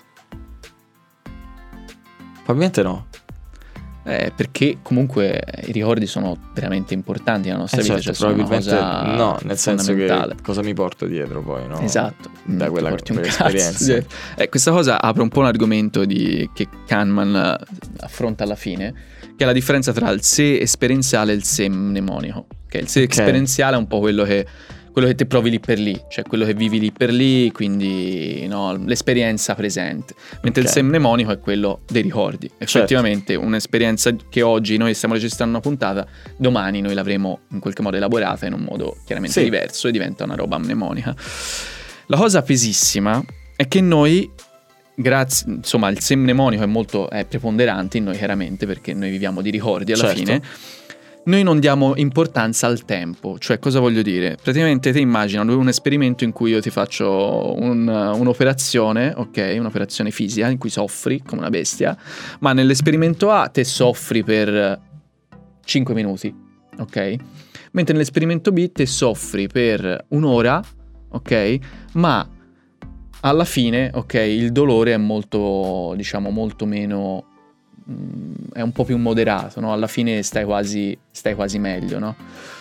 Probabilmente no. Eh, perché comunque i ricordi sono veramente importanti nella nostra Eh, vita, certo, cioè sono una probabilmente cosa no, nel senso che fondamentale. cosa mi porto dietro poi, no? Esatto, Da Mm, quella- ti porti un quell'esperienza. cazzo. Eh, questa cosa apre un po' un argomento di, che Kahneman eh, affronta alla fine, che è la differenza tra il sé esperienziale e il sé mnemonico. Okay? Il sé Ok. esperienziale è un po' quello che, quello che te provi lì per lì, cioè quello che vivi lì per lì, quindi no, l'esperienza presente. Mentre Ok. il sé mnemonico è quello dei ricordi. Effettivamente un'esperienza che oggi noi stiamo registrando una puntata, domani noi l'avremo in qualche modo elaborata in un modo chiaramente Sì. diverso e diventa una roba mnemonica. La cosa pesissima è che noi, grazie, insomma, il sé mnemonico è molto è preponderante in noi chiaramente perché noi viviamo di ricordi alla Certo. fine. Noi non diamo importanza al tempo, cioè cosa voglio dire? Praticamente te immagina un esperimento in cui io ti faccio un- un'operazione, ok? Un'operazione fisica in cui soffri come una bestia, ma nell'esperimento A te soffri per cinque minuti, ok? Mentre nell'esperimento B te soffri per un'ora, ok? Ma alla fine, ok, il dolore è molto, diciamo, molto meno... mm, è un po' più moderato, no? Alla fine stai quasi, stai quasi meglio, no?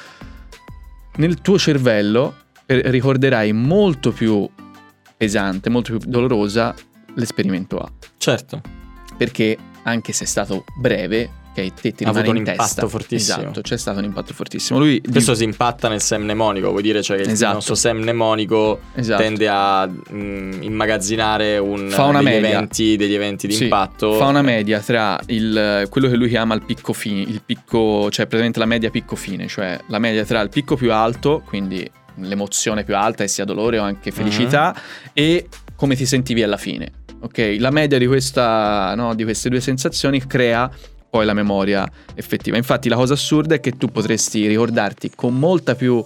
Nel tuo cervello eh, ricorderai molto più pesante, molto più dolorosa l'esperimento A. Certo. Perché anche se è stato breve, ok, te ti Ha rimane avuto un in testa. impatto fortissimo. Esatto, c'è stato un impatto fortissimo. Lui Questo si impatta nel sem mnemonico, vuol dire cioè che il Esatto. nostro sem mnemonico Esatto. tende a mm, immagazzinare un, Fa una degli, media. eventi, degli eventi di Sì, impatto. fa una media tra il, quello che lui chiama il picco fine, il picco, cioè praticamente la media picco fine, cioè la media tra il picco più alto, quindi l'emozione più alta, e sia dolore o anche felicità, e come ti sentivi alla fine. Ok, la media di questa, no, di queste due sensazioni crea poi la memoria effettiva. Infatti la cosa assurda è che tu potresti ricordarti con molta più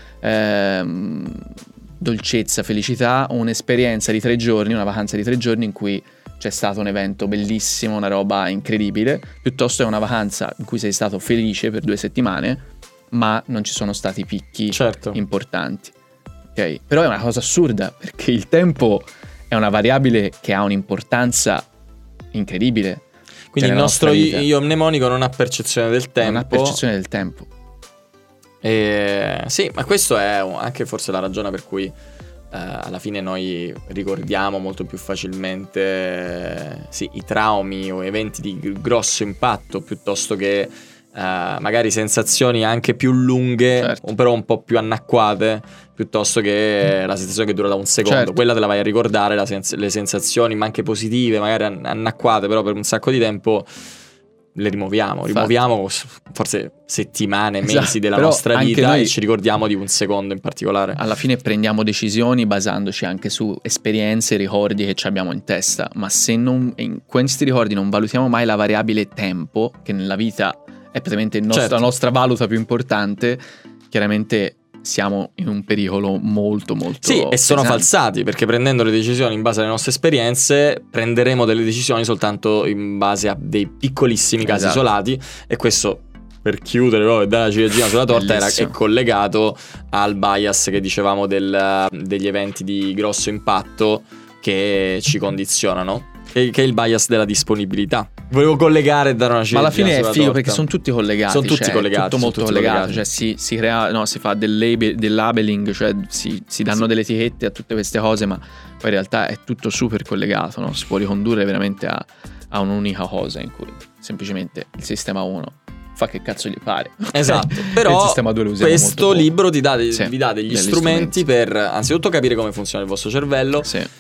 ehm, dolcezza, felicità, un'esperienza di tre giorni, una vacanza di tre giorni in cui c'è stato un evento bellissimo, una roba incredibile, piuttosto che una vacanza in cui sei stato felice per due settimane, ma non ci sono stati picchi Certo. importanti. Ok? Però è una cosa assurda, perché il tempo è una variabile che ha un'importanza incredibile. Quindi Cioè, il nella nostro nostra vita. io mnemonico non ha percezione del tempo. Non ha percezione del tempo. E, sì, ma questo è anche forse la ragione per cui eh, alla fine noi ricordiamo molto più facilmente eh, sì, i traumi o eventi di gr- grosso impatto piuttosto che eh, magari sensazioni anche più lunghe, Certo. o però un po' più annacquate, piuttosto che la sensazione che dura da un secondo. Certo. Quella te la vai a ricordare, la sens- le sensazioni, ma anche positive, magari an- annacquate, però per un sacco di tempo le rimuoviamo, Infatti. rimuoviamo forse settimane, mesi Esatto, della però nostra anche vita noi- e ci ricordiamo di un secondo in particolare. Alla fine prendiamo decisioni basandoci anche su esperienze e ricordi che ci abbiamo in testa, ma se non, in questi ricordi non valutiamo mai la variabile tempo, che nella vita è praticamente il nostro- Certo. la nostra valuta più importante, chiaramente siamo in un pericolo molto molto Sì, e sono pesante. falsati, perché prendendo le decisioni in base alle nostre esperienze prenderemo delle decisioni soltanto in base a dei piccolissimi casi Esatto. isolati, e questo, per chiudere proprio e dare la ciliegina sulla torta, era, Bellissimo. è collegato al bias che dicevamo del- degli eventi di grosso impatto che ci condizionano, che che è il bias della disponibilità. Volevo collegare e dare una Ma ciliegina alla fine è sulla figo torta. perché sono tutti collegati. Sono tutti cioè, collegati, È tutto sono molto tutti collegato. collegati. Cioè si, si crea, no, si fa del, label, del labeling, cioè si, si danno Sì. delle etichette a tutte queste cose, ma poi in realtà è tutto super collegato, no? Si può ricondurre veramente a, a un'unica cosa in cui semplicemente il sistema uno fa che cazzo gli pare. Esatto, E però il sistema due lo usiamo questo molto poco. libro ti dà, de- Sì, vi dà degli degli strumenti, strumenti. per anzitutto capire come funziona il vostro cervello, Sì.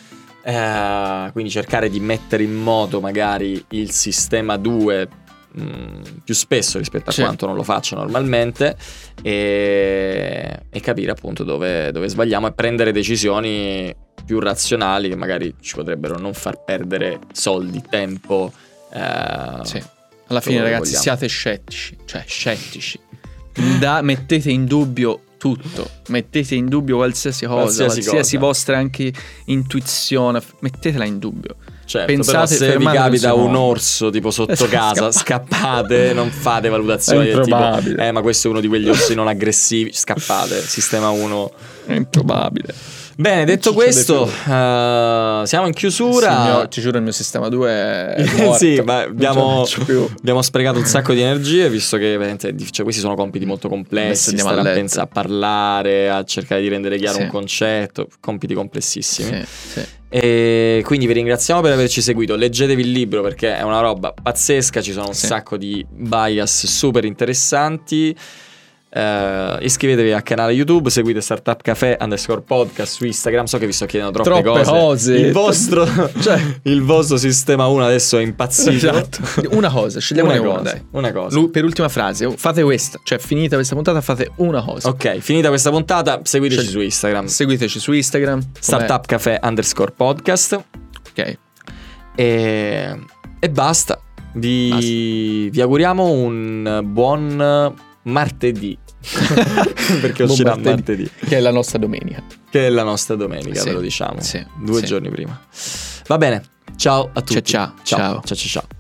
eh, quindi cercare di mettere in moto magari il sistema due mh, più spesso rispetto a Sì. quanto non lo faccio normalmente, e, e capire appunto dove, dove sbagliamo e prendere decisioni più razionali che magari ci potrebbero non far perdere soldi, tempo. eh, Sì. Alla fine, dove ragazzi, vogliamo. siate scettici, cioè scettici. Da, mettete in dubbio tutto, mettete in dubbio qualsiasi cosa, Qualsiasi qualsiasi, cosa. vostra anche intuizione, mettetela in dubbio. Certo, Pensate, però se vi fermatevi capita un un secondo. orso tipo sotto casa, scappate, non fate valutazioni È del tipo improbabile. eh ma questo è uno di quegli orsi non aggressivi, scappate, sistema uno. È improbabile. Bene, detto Non questo, succede eh, siamo in Sì, il chiusura. mio- ti giuro, il mio sistema due è morto. Sì, ma Non ce la abbiamo, faccio più. abbiamo sprecato un sacco di energie, visto che veramente, cioè, questi sono compiti molto Adesso complessi, andiamo stare a a letto. pensare, a parlare, a cercare di rendere chiaro Sì. un concetto, compiti complessissimi. Sì, sì. E quindi vi ringraziamo per averci seguito. Leggetevi il libro perché è una roba pazzesca, ci sono un Sì. sacco di bias super interessanti. Eh, iscrivetevi al canale YouTube, seguite Startup Café underscore podcast su Instagram. So che vi sto chiedendo troppe, Troppe cose. Il vostro, Cioè- il vostro sistema uno adesso è impazzito. Esatto. Una cosa, scegliamone Una una, cosa, dai. una cosa. Lu- per ultima frase, fate questa, cioè finita questa puntata fate una cosa. Ok, finita questa puntata, seguiteci Scegli- su Instagram. Seguiteci su Instagram. com'è? Startup Café underscore podcast. Ok. E, e basta. Vi, vi auguriamo un buon martedì. Perché Buon uscirà martedì, martedì, che è la nostra domenica. che è la nostra domenica, Sì, ve lo diciamo. sì, Due sì. giorni prima. Va bene. Ciao a tutti. ciao, ciao. Ciao ciao ciao.